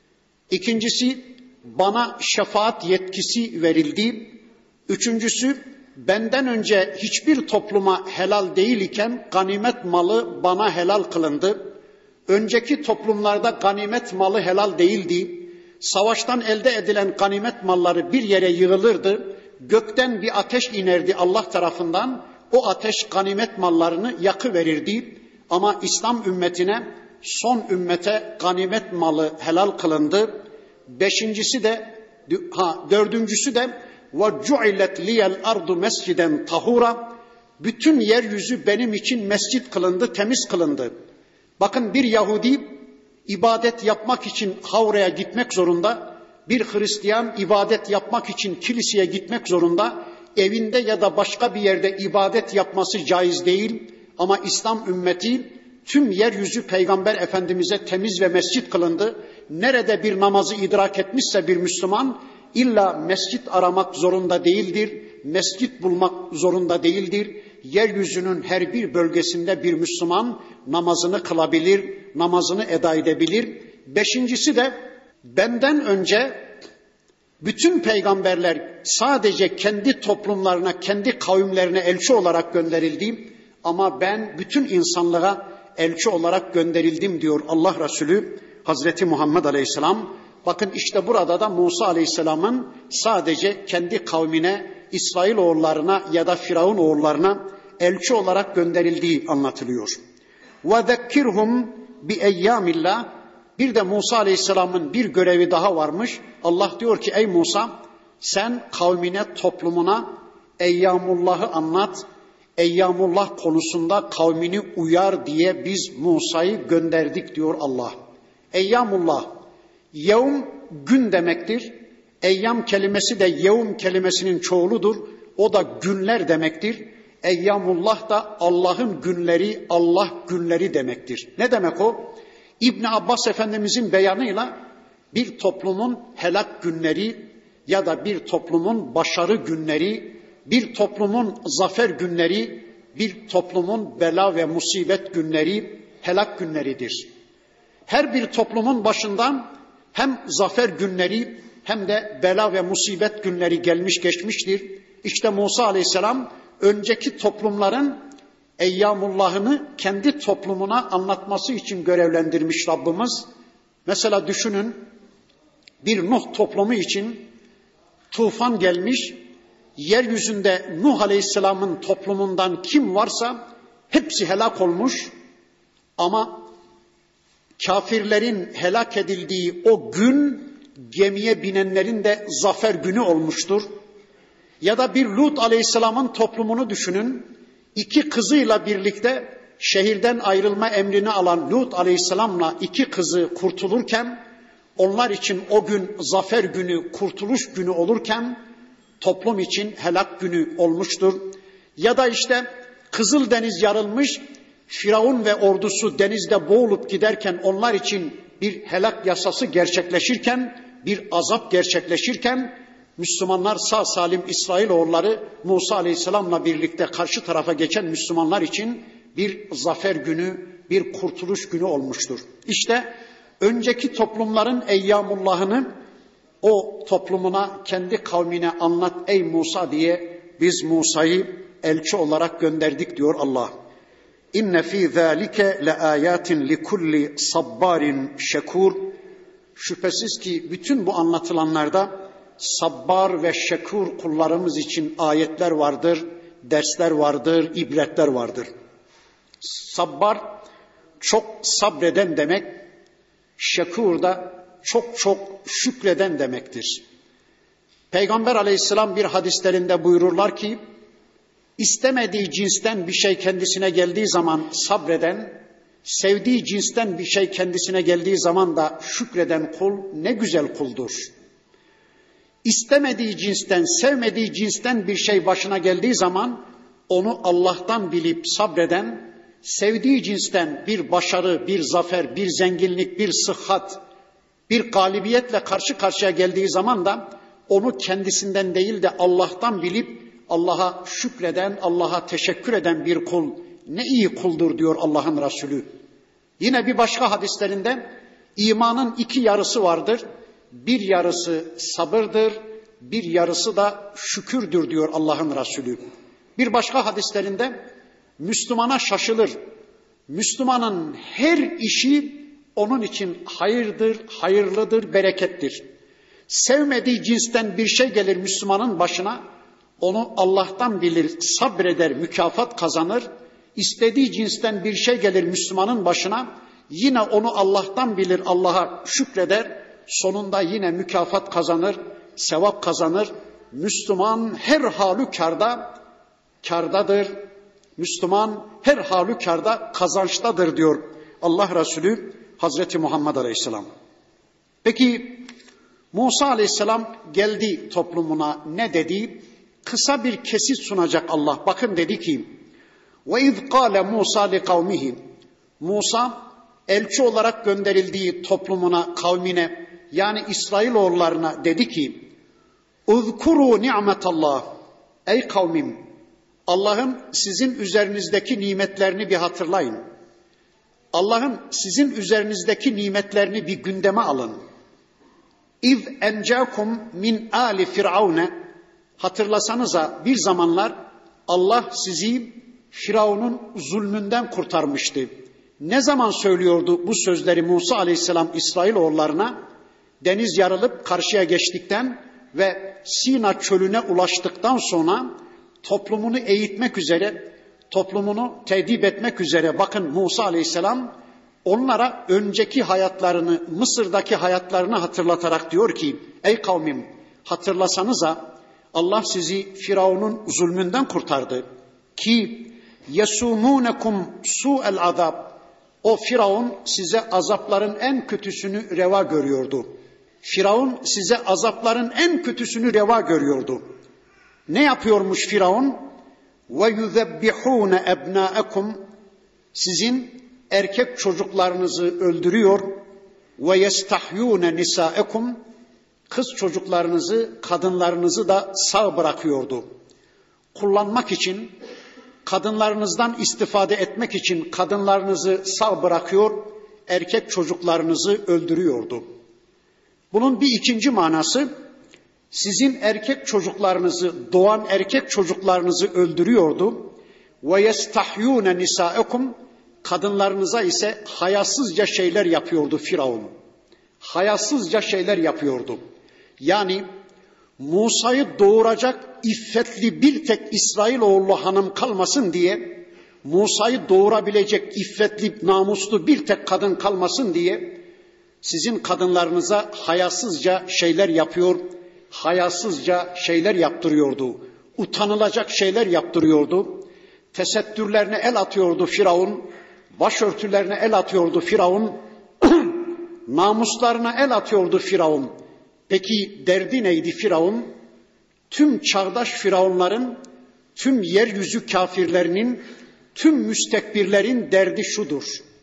İkincisi, bana şefaat yetkisi verildi. Üçüncüsü, benden önce hiçbir topluma helal değil iken ganimet malı bana helal kılındı. Önceki toplumlarda ganimet malı helal değildi. Savaştan elde edilen ganimet malları bir yere yığılırdı. Gökten bir ateş inerdi Allah tarafından. O ateş ganimet mallarını yakıverirdi. Ama İslam ümmetine, son ümmete ganimet malı helal kılındı. Beşincisi de, ha, dördüncüsü de وَجُعِلَتْ لِيَ الْاَرْضُ مَسْجِدًا طَهُورًا Bütün yeryüzü benim için mescit kılındı, temiz kılındı. Bakın bir Yahudi ibadet yapmak için havraya gitmek zorunda. Bir Hristiyan ibadet yapmak için kiliseye gitmek zorunda. Evinde ya da başka bir yerde ibadet yapması caiz değil. Ama İslam ümmeti tüm yeryüzü Peygamber Efendimiz'e temiz ve mescit kılındı. Nerede bir namazı idrak etmişse bir Müslüman illa mescit aramak zorunda değildir. Mescit bulmak zorunda değildir. Yeryüzünün her bir bölgesinde bir Müslüman namazını kılabilir, namazını eda edebilir. Beşincisi de benden önce bütün peygamberler sadece kendi toplumlarına, kendi kavimlerine elçi olarak gönderildi. Ama ben bütün insanlığa elçi olarak gönderildim diyor Allah Resulü Hazreti Muhammed Aleyhisselam. Bakın işte burada da Musa Aleyhisselam'ın sadece kendi kavmine, İsrailoğullarına ya da Firavun oğullarına elçi olarak gönderildiği anlatılıyor. وَذَكِّرْهُمْ بِاَيَّامِ اللّٰهِ Bir de Musa Aleyhisselam'ın bir görevi daha varmış. Allah diyor ki ey Musa sen kavmine, toplumuna Eyyamullah'ı anlat. Eyyamullah konusunda kavmini uyar diye biz Musa'yı gönderdik diyor Allah. Eyyamullah, yevm gün demektir. Eyyam kelimesi de yevm kelimesinin çoğuludur. O da günler demektir. Eyyamullah da Allah'ın günleri, Allah günleri demektir. Ne demek o? İbn Abbas Efendimizin beyanıyla bir toplumun helak günleri ya da bir toplumun başarı günleri, bir toplumun zafer günleri, bir toplumun bela ve musibet günleri, helak günleridir. Her bir toplumun başından hem zafer günleri hem de bela ve musibet günleri gelmiş geçmiştir. İşte Musa Aleyhisselam önceki toplumların Eyyamullah'ını kendi toplumuna anlatması için görevlendirmiş Rabbimiz. Mesela düşünün bir Nuh toplumu için tufan gelmiş. Yeryüzünde Nuh Aleyhisselam'ın toplumundan kim varsa hepsi helak olmuş. Ama kafirlerin helak edildiği o gün gemiye binenlerin de zafer günü olmuştur. Ya da bir Lut Aleyhisselam'ın toplumunu düşünün. İki kızıyla birlikte şehirden ayrılma emrini alan Lut Aleyhisselam'la iki kızı kurtulurken, onlar için o gün zafer günü, kurtuluş günü olurken toplum için helak günü olmuştur. Ya da işte Kızıldeniz yarılmış, Firavun ve ordusu denizde boğulup giderken onlar için bir helak yasası gerçekleşirken, bir azap gerçekleşirken Müslümanlar sağ salim İsrailoğulları Musa Aleyhisselam'la birlikte karşı tarafa geçen Müslümanlar için bir zafer günü, bir kurtuluş günü olmuştur. İşte önceki toplumların Eyyamullah'ını o toplumuna, kendi kavmine anlat ey Musa diye biz Musa'yı elçi olarak gönderdik diyor Allah. İnne fî zâlike le âyâtin li kulli sabbarin şekur. Şüphesiz ki bütün bu anlatılanlarda sabbar ve şekur kullarımız için ayetler vardır, dersler vardır, ibretler vardır. Sabbar çok sabreden demek, şekur da çok çok şükreden demektir. Peygamber Aleyhisselam bir hadislerinde buyururlar ki, istemediği cinsten bir şey kendisine geldiği zaman sabreden, sevdiği cinsten bir şey kendisine geldiği zaman da şükreden kul ne güzel kuldur. İstemediği cinsten, sevmediği cinsten bir şey başına geldiği zaman onu Allah'tan bilip sabreden, sevdiği cinsten bir başarı, bir zafer, bir zenginlik, bir sıhhat, bir galibiyetle karşı karşıya geldiği zaman da onu kendisinden değil de Allah'tan bilip Allah'a şükreden, Allah'a teşekkür eden bir kul ne iyi kuldur diyor Allah'ın Resulü. Yine bir başka hadislerinde imanın iki yarısı vardır. Bir yarısı sabırdır, bir yarısı da şükürdür diyor Allah'ın Resulü. Bir başka hadislerinde Müslümana şaşılır. Müslümanın her işi onun için hayırdır, hayırlıdır, berekettir. Sevmediği cinsten bir şey gelir Müslümanın başına, onu Allah'tan bilir, sabreder, mükafat kazanır. İstediği cinsten bir şey gelir Müslümanın başına, yine onu Allah'tan bilir, Allah'a şükreder. Sonunda yine mükafat kazanır, sevap kazanır. Müslüman her halükarda kârdadır. Müslüman her halükarda kazançtadır diyor Allah Resulü Hazreti Muhammed Aleyhisselam. Peki Musa Aleyhisselam geldi toplumuna, ne dedi? Kısa bir kesit sunacak Allah. Bakın dedi ki: "Ve iz kâle Musa li kavmihi." Musa elçi olarak gönderildiği toplumuna, kavmine, yani İsrailoğullarına dedi ki: "Uzkuru ni'metallah." Ey kavmim, Allah'ın sizin üzerinizdeki nimetlerini bir hatırlayın. Allah'ın sizin üzerinizdeki nimetlerini bir gündeme alın. İz encakum min ali firavune. Hatırlasanıza bir zamanlar Allah sizi Firavun'un zulmünden kurtarmıştı. Ne zaman söylüyordu bu sözleri Musa Aleyhisselam İsrailoğullarına? Deniz yarılıp karşıya geçtikten ve Sina çölüne ulaştıktan sonra toplumunu eğitmek üzere, toplumunu tedip etmek üzere, bakın Musa Aleyhisselam onlara önceki hayatlarını, Mısır'daki hayatlarını hatırlatarak diyor ki: ey kavmim, hatırlasanıza Allah sizi Firavun'un zulmünden kurtardı ki yesumunekum su'el azab. O Firavun size azapların en kötüsünü reva görüyordu. Firavun size azapların en kötüsünü reva görüyordu. Ne yapıyormuş Firavun? Ve yuzebbihune ebnâekum. Sizin erkek çocuklarınızı öldürüyor. Ve yestahyûne nisâekum. Kız çocuklarınızı, kadınlarınızı da sağ bırakıyordu. Kullanmak için, kadınlarınızdan istifade etmek için kadınlarınızı sağ bırakıyor, erkek çocuklarınızı öldürüyordu. Bunun bir ikinci manası, sizin erkek çocuklarınızı, doğan erkek çocuklarınızı öldürüyordu. Ve yestahyûne nisâekum. Kadınlarınıza ise hayasızca şeyler yapıyordu Firavun. Hayasızca şeyler yapıyordu. Yani Musa'yı doğuracak iffetli bir tek İsrailoğlu hanım kalmasın diye, Musa'yı doğurabilecek iffetli, namuslu bir tek kadın kalmasın diye sizin kadınlarınıza hayasızca şeyler yapıyor, hayasızca şeyler yaptırıyordu. Utanılacak şeyler yaptırıyordu. Tesettürlerine el atıyordu Firavun, başörtülerine el atıyordu Firavun, namuslarına el atıyordu Firavun. Peki derdi neydi Firavun? Tüm çağdaş firavunların, tüm yeryüzü kafirlerinin, tüm müstekbirlerin derdi şudur: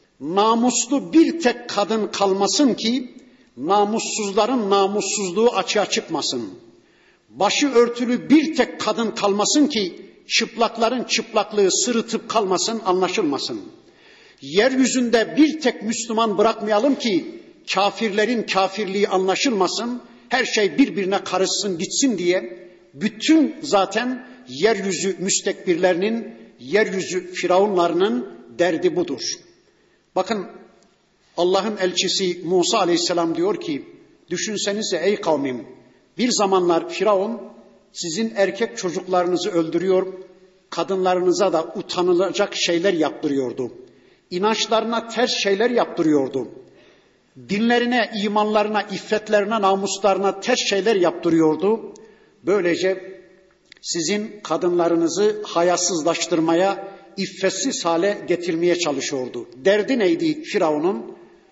namuslu bir tek kadın kalmasın ki namussuzların namussuzluğu açığa çıkmasın. Başı örtülü bir tek kadın kalmasın ki çıplakların çıplaklığı sırıtıp kalmasın, anlaşılmasın. Yeryüzünde bir tek Müslüman bırakmayalım ki kafirlerin kafirliği anlaşılmasın, her şey birbirine karışsın gitsin diye bütün zaten yeryüzü müstekbirlerinin, yeryüzü firavunlarının derdi budur. Bakın Allah'ın elçisi Musa Aleyhisselam diyor ki, düşünsenize ey kavmim, bir zamanlar Firavun sizin erkek çocuklarınızı öldürüyor, kadınlarınıza da utanılacak şeyler yaptırıyordu. İnançlarına ters şeyler yaptırıyordu. Dinlerine, imanlarına, iffetlerine, namuslarına ters şeyler yaptırıyordu. Böylece sizin kadınlarınızı hayasızlaştırmaya, iffetsiz hale getirmeye çalışıyordu. Derdi neydi Firavun'un?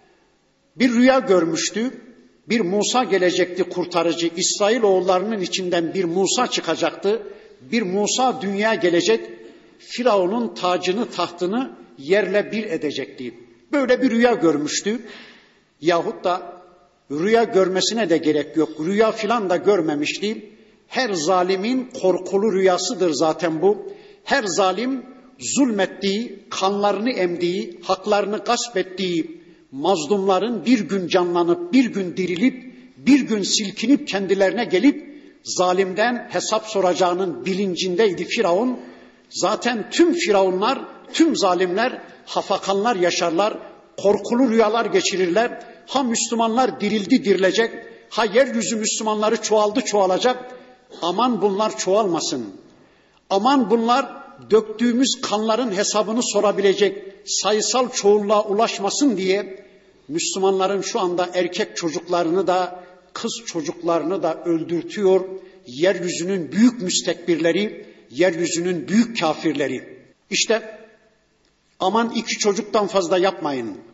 Bir rüya görmüştü. Bir Musa gelecekti, kurtarıcı. İsrailoğullarının içinden bir Musa çıkacaktı. Bir Musa dünyaya gelecek. Firavun'un tacını, tahtını yerle bir edecekti. Böyle bir rüya görmüştü. Yahut da rüya görmesine de gerek yok. Rüya filan da görmemişti. Her zalimin korkulu rüyasıdır zaten bu. Her zalim zulmettiği, kanlarını emdiği, haklarını gasp ettiği mazlumların bir gün canlanıp, bir gün dirilip, bir gün silkinip kendilerine gelip zalimden hesap soracağının bilincindeydi Firavun. Zaten tüm firavunlar, tüm zalimler hafakanlar yaşarlar, korkulu rüyalar geçirirler. Ha Müslümanlar dirildi dirilecek, ha yeryüzü Müslümanları çoğaldı çoğalacak. Aman bunlar çoğalmasın. Aman bunlar döktüğümüz kanların hesabını sorabilecek sayısal çoğunluğa ulaşmasın diye Müslümanların şu anda erkek çocuklarını da kız çocuklarını da öldürtüyor. Yeryüzünün büyük müstekbirleri, yeryüzünün büyük kafirleri. İşte aman iki çocuktan fazla yapmayın.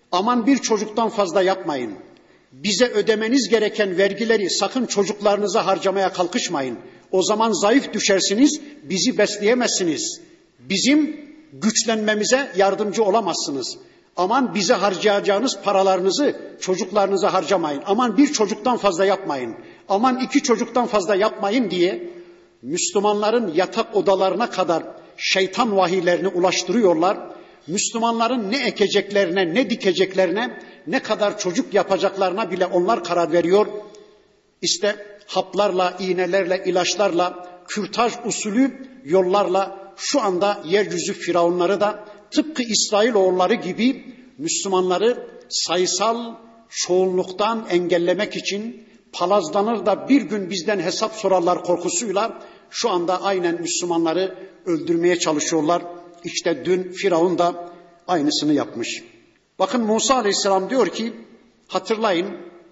Aman bir çocuktan fazla yapmayın. Bize ödemeniz gereken vergileri sakın çocuklarınıza harcamaya kalkışmayın. O zaman zayıf düşersiniz, bizi besleyemezsiniz. Bizim güçlenmemize yardımcı olamazsınız. Aman bize harcayacağınız paralarınızı çocuklarınıza harcamayın. Aman bir çocuktan fazla yapmayın. Aman iki çocuktan fazla yapmayın diye Müslümanların yatak odalarına kadar şeytan vahiylerini ulaştırıyorlar. Müslümanların ne ekeceklerine, ne dikeceklerine, ne kadar çocuk yapacaklarına bile onlar karar veriyor. İşte haplarla, iğnelerle, ilaçlarla, kürtaj usulü yollarla şu anda yeryüzü firavunları da tıpkı İsrailoğulları gibi Müslümanları sayısal çoğunluktan engellemek için palazlanır da bir gün bizden hesap sorarlar korkusuyla şu anda aynen Müslümanları öldürmeye çalışıyorlar. İşte dün Firavun da aynısını yapmış. Bakın Musa Aleyhisselam diyor ki, hatırlayın,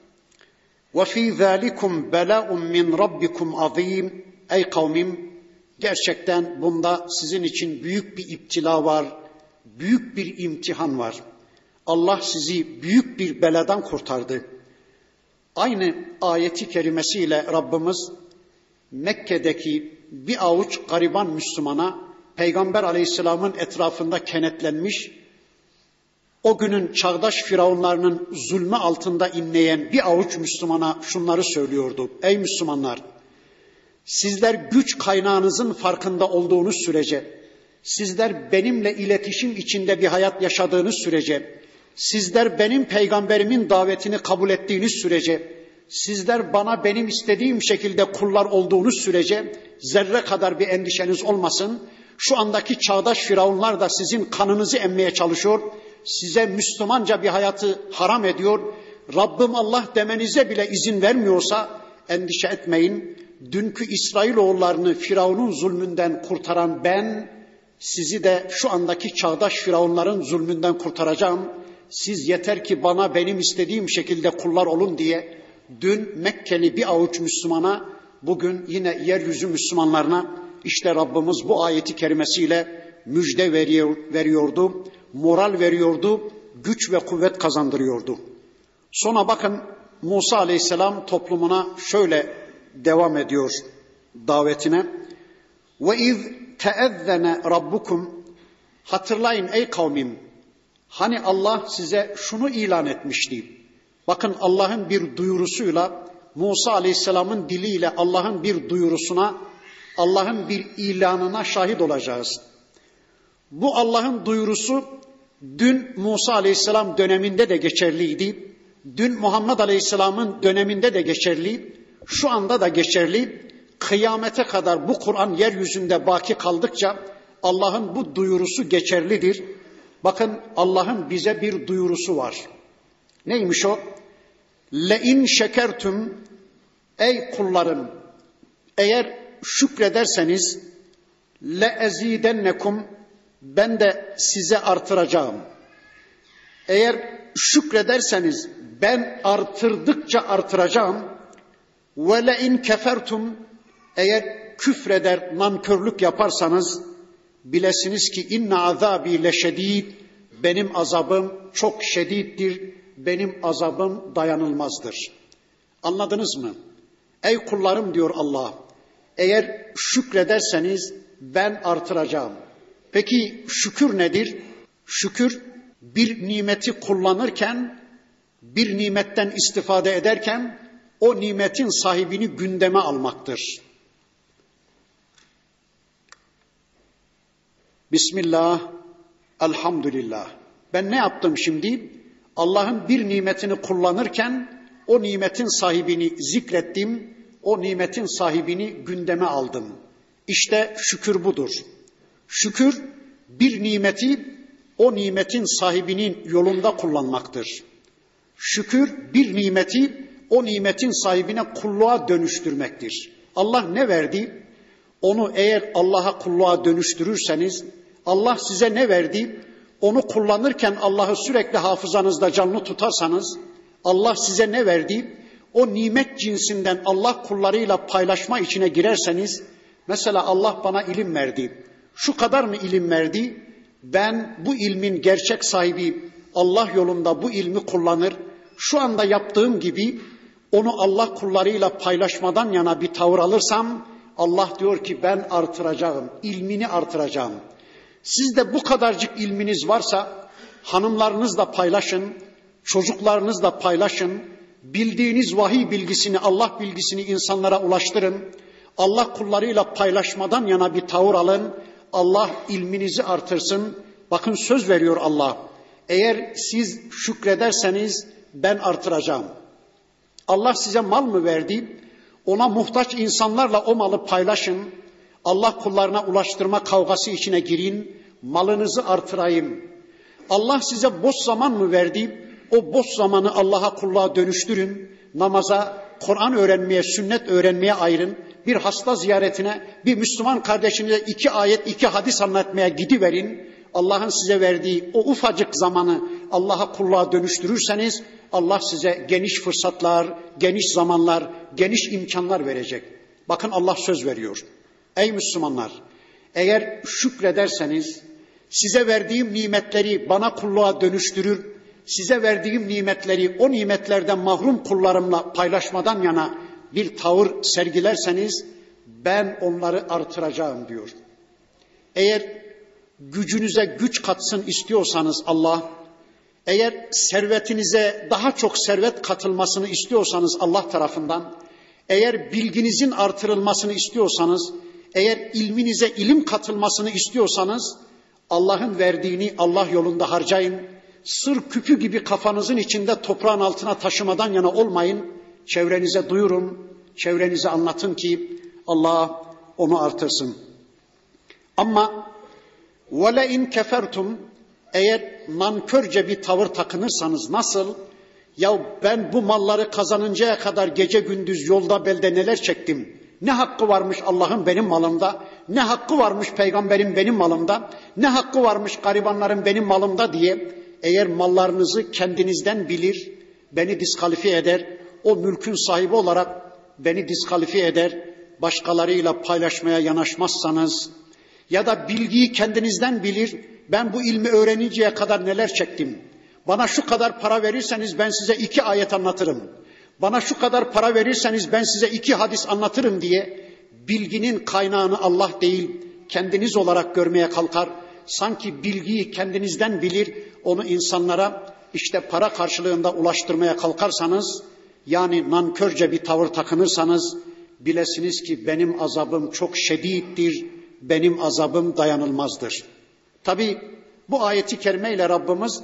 وَفِي ذَٰلِكُمْ بَلَاءٌ مِّنْ رَبِّكُمْ عَظِيمٌ. Ey kavmim, gerçekten bunda sizin için büyük bir iptila var, büyük bir imtihan var. Allah sizi büyük bir beladan kurtardı. Aynı ayeti kerimesiyle Rabbimiz Mekke'deki bir avuç gariban Müslümana Peygamber Aleyhisselam'ın etrafında kenetlenmiş, o günün çağdaş firavunlarının zulmü altında inleyen bir avuç Müslümana şunları söylüyordu. Ey Müslümanlar! Sizler güç kaynağınızın farkında olduğunuz sürece, sizler benimle iletişim içinde bir hayat yaşadığınız sürece, sizler benim peygamberimin davetini kabul ettiğiniz sürece, sizler bana benim istediğim şekilde kullar olduğunuz sürece zerre kadar bir endişeniz olmasın. Şu andaki çağdaş firavunlar da sizin kanınızı emmeye çalışıyor. Size Müslümanca bir hayatı haram ediyor. Rabbim Allah demenize bile izin vermiyorsa endişe etmeyin. Dünkü İsrailoğullarını Firavun'un zulmünden kurtaran ben, sizi de şu andaki çağdaş firavunların zulmünden kurtaracağım. Siz yeter ki bana benim istediğim şekilde kullar olun diye dün Mekkeli bir avuç Müslümana, bugün yine yeryüzü Müslümanlarına işte Rabbimiz bu ayeti kerimesiyle müjde veriyor, veriyordu, moral veriyordu, güç ve kuvvet kazandırıyordu. Sonra bakın Musa Aleyhisselam toplumuna şöyle devam ediyor davetine. Ve iz teezzene rabbukum. Hatırlayın ey kavmim. Hani Allah size şunu ilan etmişti. Bakın Allah'ın bir duyurusuyla, Musa Aleyhisselam'ın diliyle Allah'ın bir duyurusuna, Allah'ın bir ilanına şahit olacağız. Bu Allah'ın duyurusu dün Musa Aleyhisselam döneminde de geçerliydi. Dün Muhammed Aleyhisselam'ın döneminde de geçerli. Şu anda da geçerli. Kıyamete kadar bu Kur'an yeryüzünde baki kaldıkça Allah'ın bu duyurusu geçerlidir. Bakın Allah'ın bize bir duyurusu var. Neymiş o? Le in şekertum, ey kullarım, eğer şükrederseniz le ezidennekum, ben de size artıracağım. Eğer şükrederseniz ben artırdıkça artıracağım. Ve le in kefertum, eğer küfreder, nankörlük yaparsanız bilesiniz ki inne azabi leşedid, benim azabım çok şediddir, benim azabım dayanılmazdır. Anladınız mı? Ey kullarım diyor Allah, eğer şükrederseniz ben artıracağım. Peki şükür nedir? Şükür bir nimeti kullanırken, bir nimetten istifade ederken o nimetin sahibini gündeme almaktır. Bismillah, elhamdülillah. Ben ne yaptım şimdi? Allah'ın bir nimetini kullanırken o nimetin sahibini zikrettim, o nimetin sahibini gündeme aldım. İşte şükür budur. Şükür bir nimeti o nimetin sahibinin yolunda kullanmaktır. Şükür bir nimeti o nimetin sahibine kulluğa dönüştürmektir. Allah ne verdi? Onu eğer Allah'a kulluğa dönüştürürseniz, Allah size ne verdi? Onu kullanırken Allah'ı sürekli hafızanızda canlı tutarsanız, Allah size ne verdi? O nimet cinsinden Allah kullarıyla paylaşma içine girerseniz, mesela Allah bana ilim verdi. Şu kadar mı ilim verdi? Ben bu ilmin gerçek sahibi Allah yolunda bu ilmi kullanır, şu anda yaptığım gibi onu Allah kullarıyla paylaşmadan yana bir tavır alırsam, Allah diyor ki ben artıracağım, ilmini artıracağım. Sizde bu kadarcık ilminiz varsa hanımlarınızla paylaşın, çocuklarınızla paylaşın, bildiğiniz vahiy bilgisini, Allah bilgisini insanlara ulaştırın. Allah kullarıyla paylaşmadan yana bir tavır alın. Allah ilminizi artırsın. Bakın söz veriyor Allah. Eğer siz şükrederseniz ben artıracağım. Allah size mal mı verdi? Ona muhtaç insanlarla o malı paylaşın. Allah kullarına ulaştırma kavgası içine girin. Malınızı artırayım. Allah size boş zaman mı verdi? O boş zamanı Allah'a kulluğa dönüştürün. Namaza, Kur'an öğrenmeye, sünnet öğrenmeye ayırın. Bir hasta ziyaretine, bir Müslüman kardeşinize iki ayet, iki hadis anlatmaya gidiverin. Allah'ın size verdiği o ufacık zamanı Allah'a kulluğa dönüştürürseniz Allah size geniş fırsatlar, geniş zamanlar, geniş imkanlar verecek. Bakın Allah söz veriyor. Ey Müslümanlar, eğer şükrederseniz size verdiğim nimetleri bana kulluğa dönüştürür, size verdiğim nimetleri o nimetlerden mahrum kullarımla paylaşmadan yana bir tavır sergilerseniz ben onları artıracağım diyor. Eğer gücünüze güç katsın istiyorsanız Allah, eğer servetinize daha çok servet katılmasını istiyorsanız Allah tarafından, eğer bilginizin artırılmasını istiyorsanız, eğer ilminize ilim katılmasını istiyorsanız Allah'ın verdiğini Allah yolunda harcayın. Sır küpü gibi kafanızın içinde toprağın altına taşımadan yana olmayın. Çevrenize duyurun, çevrenize anlatın ki Allah onu artırsın. Ama وَلَاِنْ كَفَرْتُمْ eğer nankörce bir tavır takınırsanız nasıl? Ya ben bu malları kazanıncaya kadar gece gündüz yolda belde neler çektim? Ne hakkı varmış Allah'ın benim malımda? Ne hakkı varmış peygamberin benim malımda? Ne hakkı varmış garibanların benim malımda diye eğer mallarınızı kendinizden bilir, beni diskalifiye eder, o mülkün sahibi olarak beni diskalifiye eder, başkalarıyla paylaşmaya yanaşmazsanız ya da bilgiyi kendinizden bilir, ben bu ilmi öğreninceye kadar neler çektim, bana şu kadar para verirseniz ben size iki ayet anlatırım, bana şu kadar para verirseniz ben size iki hadis anlatırım diye bilginin kaynağını Allah değil kendiniz olarak görmeye kalkar, sanki bilgiyi kendinizden bilir, onu insanlara işte para karşılığında ulaştırmaya kalkarsanız, yani nankörce bir tavır takınırsanız, bilesiniz ki benim azabım çok şediddir, benim azabım dayanılmazdır. Tabi bu ayeti kerimeyle Rabbimiz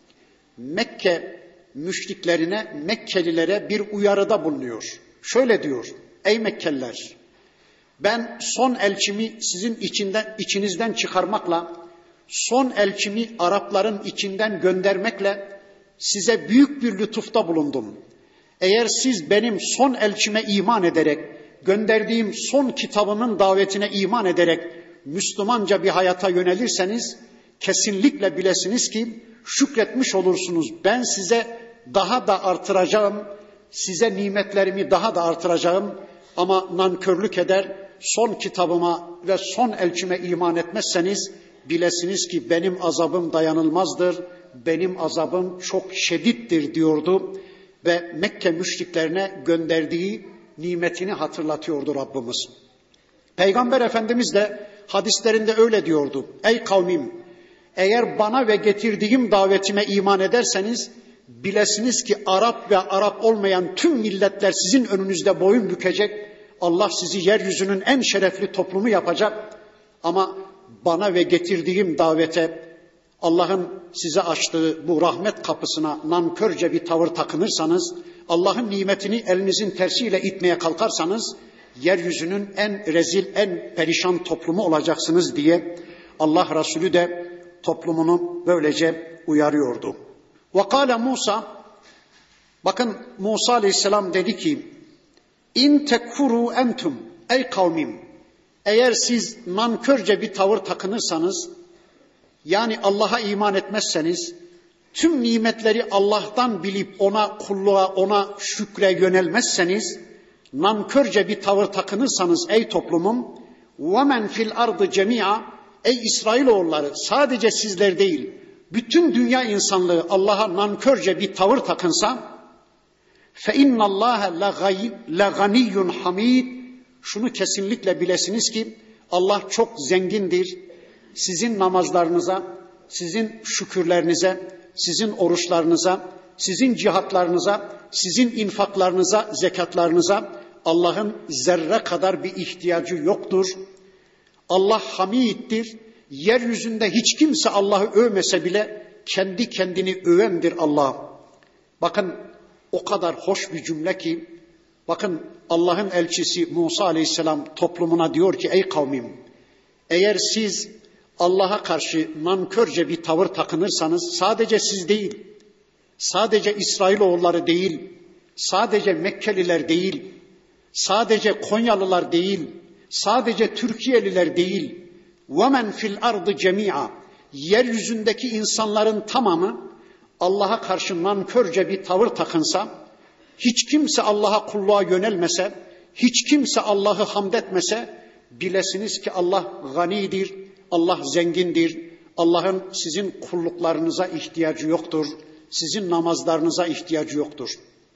Mekke müşriklerine, Mekkelilere bir uyarıda bulunuyor. Şöyle diyor: ey Mekkeliler, ben son elçimi sizin içinden, içinizden çıkarmakla, son elçimi Arapların içinden göndermekle size büyük bir lütufta bulundum. Eğer siz benim son elçime iman ederek, gönderdiğim son kitabımın davetine iman ederek Müslümanca bir hayata yönelirseniz, kesinlikle bilesiniz ki şükretmiş olursunuz. Ben size daha da artıracağım, size nimetlerimi daha da artıracağım. Ama nankörlük eder, son kitabıma ve son elçime iman etmezseniz, bilesiniz ki benim azabım dayanılmazdır, benim azabım çok şedittir diyordu. Ve Mekke müşriklerine gönderdiği nimetini hatırlatıyordu Rabbimiz. Peygamber Efendimiz de hadislerinde öyle diyordu: ey kavmim, eğer bana ve getirdiğim davetime iman ederseniz, bilesiniz ki Arap ve Arap olmayan tüm milletler sizin önünüzde boyun bükecek, Allah sizi yeryüzünün en şerefli toplumu yapacak. Ama bana ve getirdiğim davete, Allah'ın size açtığı bu rahmet kapısına nankörce bir tavır takınırsanız, Allah'ın nimetini elinizin tersiyle itmeye kalkarsanız, yeryüzünün en rezil, en perişan toplumu olacaksınız diye Allah Resulü de toplumunu böylece uyarıyordu. وَقَالَ Musa, bakın Musa Aleyhisselam dedi ki, İn tekfuru entum, ey kavmim, eğer siz nankörce bir tavır takınırsanız, yani Allah'a iman etmezseniz, tüm nimetleri Allah'tan bilip ona kulluğa, ona şükre yönelmezseniz, nankörce bir tavır takınırsanız ey toplumum, وَمَنْ fil ardı cemia, ey İsrailoğulları, sadece sizler değil, bütün dünya insanlığı Allah'a nankörce bir tavır takınsa, فَاِنَّ اللّٰهَ لَغَنِيٌّ حَمِيدٌ, şunu kesinlikle bilesiniz ki Allah çok zengindir. Sizin namazlarınıza, sizin şükürlerinize, sizin oruçlarınıza, sizin cihatlarınıza, sizin infaklarınıza, zekatlarınıza Allah'ın zerre kadar bir ihtiyacı yoktur. Allah hamiddir. Yeryüzünde hiç kimse Allah'ı övmese bile kendi kendini övendir Allah. Bakın o kadar hoş bir cümle ki, bakın Allah'ın elçisi Musa Aleyhisselam toplumuna diyor ki, ey kavmim, eğer siz Allah'a karşı nankörce bir tavır takınırsanız, sadece siz değil, sadece İsrailoğulları değil, sadece Mekkeliler değil, sadece Konyalılar değil, sadece Türkiyeliler değil, وَمَنْ فِي الْأَرْضِ جَمِيعًا, yeryüzündeki insanların tamamı Allah'a karşı nankörce bir tavır takınsa, hiç kimse Allah'a kulluğa yönelmese, hiç kimse Allah'ı hamd etmese, bilesiniz ki Allah ganidir, Allah zengindir, Allah'ın sizin kulluklarınıza ihtiyacı yoktur, sizin namazlarınıza ihtiyacı yoktur.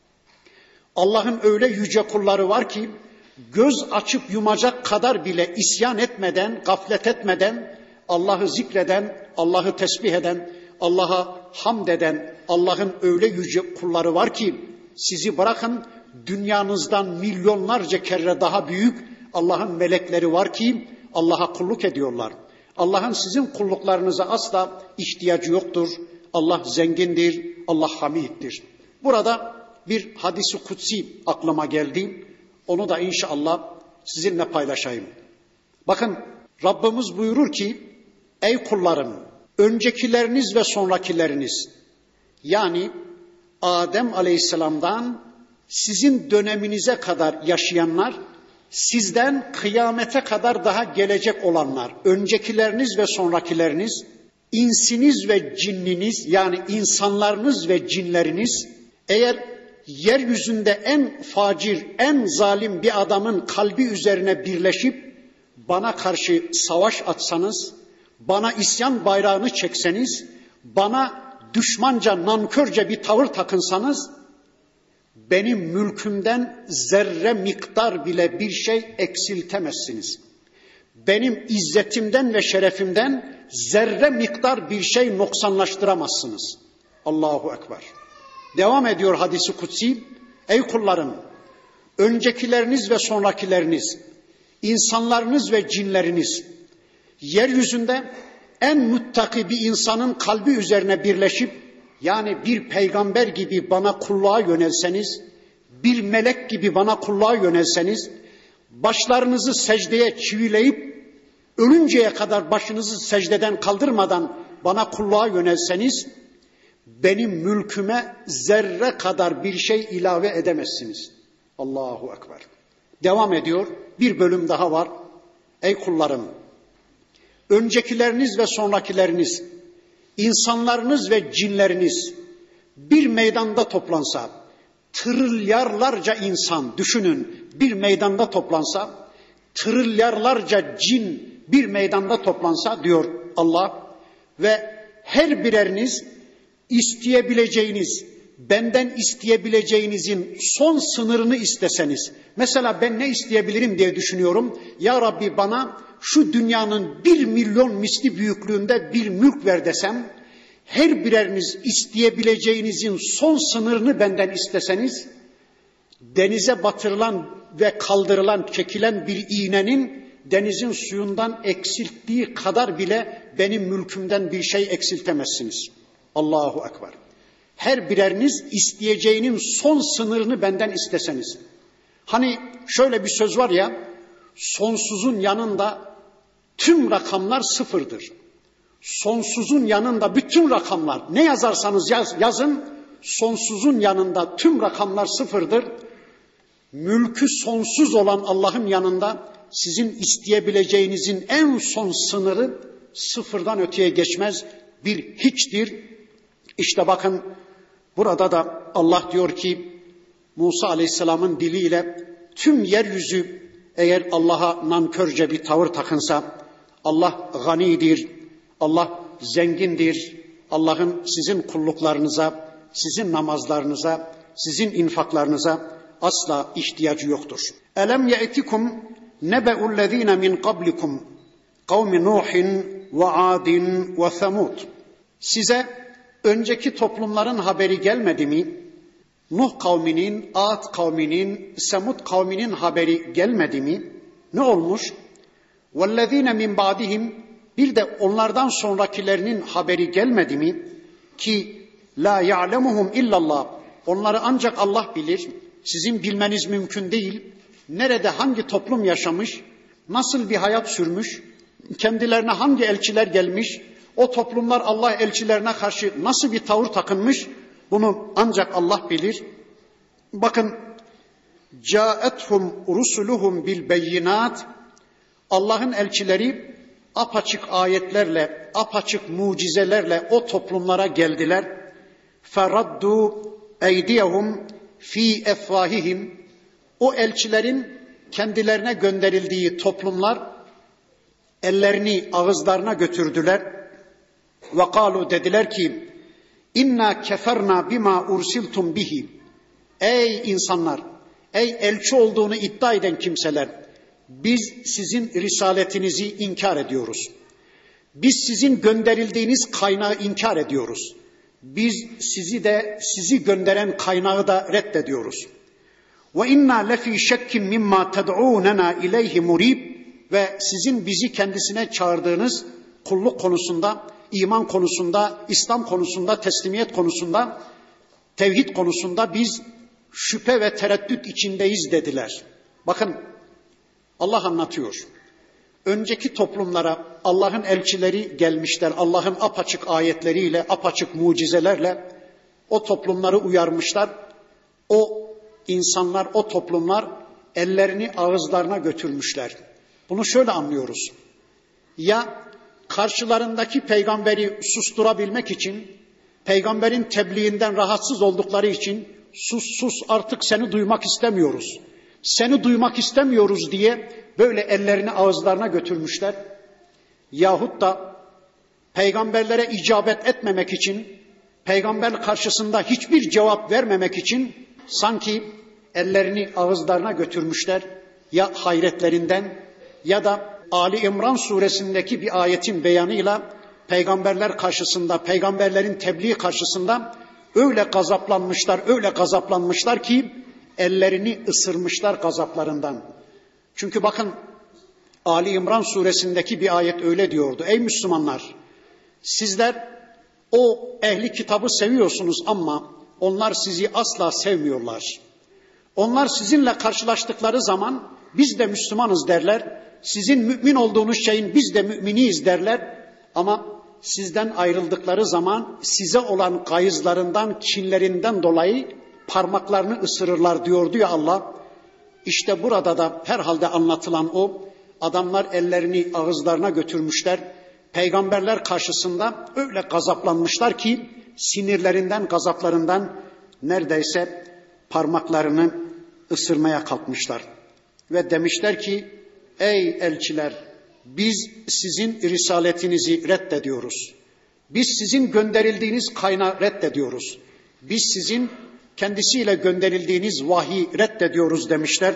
Allah'ın öyle yüce kulları var ki, göz açıp yumacak kadar bile isyan etmeden, gaflet etmeden, Allah'ı zikreden, Allah'ı tesbih eden, Allah'a hamd eden Allah'ın öyle yüce kulları var ki, sizi bırakın dünyanızdan milyonlarca kere daha büyük Allah'ın melekleri var ki Allah'a kulluk ediyorlar. Allah'ın sizin kulluklarınıza asla ihtiyacı yoktur. Allah zengindir, Allah hamiddir. Burada bir hadis-i kutsi aklıma geldi. Onu da inşallah sizinle paylaşayım. Bakın Rabbimiz buyurur ki, ey kullarım, öncekileriniz ve sonrakileriniz, yani Adem Aleyhisselam'dan sizin döneminize kadar yaşayanlar, sizden kıyamete kadar daha gelecek olanlar, öncekileriniz ve sonrakileriniz, insiniz ve cinniniz, yani insanlarınız ve cinleriniz, eğer yeryüzünde en facir, en zalim bir adamın kalbi üzerine birleşip bana karşı savaş atsanız, bana isyan bayrağını çekseniz, bana düşmanca, nankörce bir tavır takınsanız, benim mülkümden zerre miktar bile bir şey eksiltemezsiniz. Benim izzetimden ve şerefimden zerre miktar bir şey noksanlaştıramazsınız. Allahu Ekber. Devam ediyor hadisi kutsi. Ey kullarım, öncekileriniz ve sonrakileriniz, insanlarınız ve cinleriniz, yeryüzünde en muttaki bir insanın kalbi üzerine birleşip, yani bir peygamber gibi bana kulluğa yönelseniz, bir melek gibi bana kulluğa yönelseniz, başlarınızı secdeye çivileyip, ölünceye kadar başınızı secdeden kaldırmadan bana kulluğa yönelseniz, benim mülküme zerre kadar bir şey ilave edemezsiniz. Allahu Ekber. Devam ediyor. Bir bölüm daha var. Ey kullarım, öncekileriniz ve sonrakileriniz, insanlarınız ve cinleriniz bir meydanda toplansa, trilyarlarca insan düşünün bir meydanda toplansa, trilyarlarca cin bir meydanda toplansa diyor Allah, ve her bireriniz isteyebileceğiniz, benden isteyebileceğinizin son sınırını isteseniz, mesela ben ne isteyebilirim diye düşünüyorum, ya Rabbi bana şu dünyanın bir milyon misli büyüklüğünde bir mülk ver desem, her bireriniz isteyebileceğinizin son sınırını benden isteseniz, denize batırılan ve kaldırılan, çekilen bir iğnenin denizin suyundan eksilttiği kadar bile benim mülkümden bir şey eksiltemezsiniz. Allahu Ekber. Her bireriniz isteyeceğinin son sınırını benden isteseniz. Hani şöyle bir söz var ya, sonsuzun yanında tüm rakamlar sıfırdır. Sonsuzun yanında bütün rakamlar, ne yazarsanız yaz, yazın, sonsuzun yanında tüm rakamlar sıfırdır. Mülkü sonsuz olan Allah'ın yanında sizin isteyebileceğinizin en son sınırı sıfırdan öteye geçmez, bir hiçtir. İşte bakın burada da Allah diyor ki, Musa Aleyhisselam'ın diliyle tüm yeryüzü eğer Allah'a nankörce bir tavır takınsa, Allah ganidir, Allah zengindir, Allah'ın sizin kulluklarınıza, sizin namazlarınıza, sizin infaklarınıza asla ihtiyacı yoktur. Elem ye'tikum nebe'ullezine min qablikum kavmi Nuhin ve Adin ve Semud. Size önceki toplumların haberi gelmedi mi? Nuh kavminin, Ad kavminin, Semud kavminin haberi gelmedi mi? Ne olmuş? وَالَّذ۪ينَ مِنْ بَعْدِهِمْ Bir de onlardan sonrakilerinin haberi gelmedi mi? Ki la ya'lemuhum illallah. Onları ancak Allah bilir. Sizin bilmeniz mümkün değil. Nerede hangi toplum yaşamış, nasıl bir hayat sürmüş, kendilerine hangi elçiler gelmiş, o toplumlar Allah elçilerine karşı nasıl bir tavır takınmış, bunu ancak Allah bilir. Bakın, caethum rusuluhum bil beyinat. Allah'ın elçileri apaçık ayetlerle, apaçık mucizelerle o toplumlara geldiler. Feraddu eydiyehum fi efvahihim. O elçilerin kendilerine gönderildiği toplumlar ellerini ağızlarına götürdüler. Ve kalu dediler ki inna keferna bima ursiltum bihi. Ey insanlar, ey elçi olduğunu iddia eden kimseler, biz sizin risaletinizi inkar ediyoruz. Biz sizin gönderildiğiniz kaynağı inkar ediyoruz. Biz sizi de sizi gönderen kaynağı da reddediyoruz. Ve inna lefi şekkin mimma ted'unena ileyhi murib. Ve sizin bizi kendisine çağırdığınız kulluk konusunda, iman konusunda, İslam konusunda, teslimiyet konusunda, tevhid konusunda biz şüphe ve tereddüt içindeyiz dediler. Bakın, Allah anlatıyor. Önceki toplumlara Allah'ın elçileri gelmişler. Allah'ın apaçık ayetleriyle, apaçık mucizelerle o toplumları uyarmışlar. O insanlar, o toplumlar ellerini ağızlarına götürmüşler. Bunu şöyle anlıyoruz. Ya karşılarındaki peygamberi susturabilmek için, peygamberin tebliğinden rahatsız oldukları için sus sus artık seni duymak istemiyoruz. Seni duymak istemiyoruz diye böyle ellerini ağızlarına götürmüşler. Yahut da peygamberlere icabet etmemek için, peygamber karşısında hiçbir cevap vermemek için sanki ellerini ağızlarına götürmüşler. Ya hayretlerinden ya da Ali İmran suresindeki bir ayetin beyanıyla peygamberler karşısında, peygamberlerin tebliği karşısında öyle gazaplanmışlar, öyle gazaplanmışlar ki ellerini ısırmışlar gazaplarından. Çünkü bakın Ali İmran suresindeki bir ayet öyle diyordu. Ey Müslümanlar, sizler o ehli kitabı seviyorsunuz ama onlar sizi asla sevmiyorlar. Onlar sizinle karşılaştıkları zaman biz de Müslümanız derler. Sizin mümin olduğunuz şeyin biz de müminiyiz derler. Ama sizden ayrıldıkları zaman size olan gayızlarından, kinlerinden dolayı parmaklarını ısırırlar diyordu ya Allah. İşte burada da herhalde anlatılan o. Adamlar ellerini ağızlarına götürmüşler. Peygamberler karşısında öyle gazaplanmışlar ki sinirlerinden, gazaplarından neredeyse parmaklarını ısırmaya kalkmışlar. Ve demişler ki ey elçiler, biz sizin risaletinizi reddediyoruz. Biz sizin gönderildiğiniz kaynağı reddediyoruz. Biz sizin kendisiyle gönderildiğiniz vahiy reddediyoruz demişler.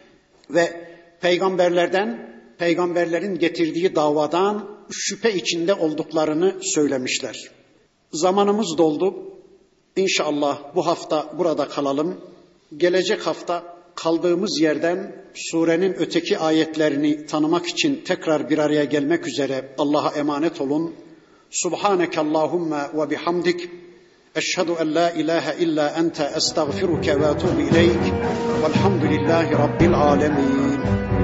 Ve peygamberlerden, peygamberlerin getirdiği davadan şüphe içinde olduklarını söylemişler. Zamanımız doldu. İnşallah bu hafta burada kalalım. Gelecek hafta kaldığımız yerden surenin öteki ayetlerini tanımak için tekrar bir araya gelmek üzere Allah'a emanet olun. Subhaneke Allahumma ve bihamdik. Eşhedü en la ilahe illa ente estağfiruke ve etûbü ileyk. Velhamdülillahi Rabbil alemin.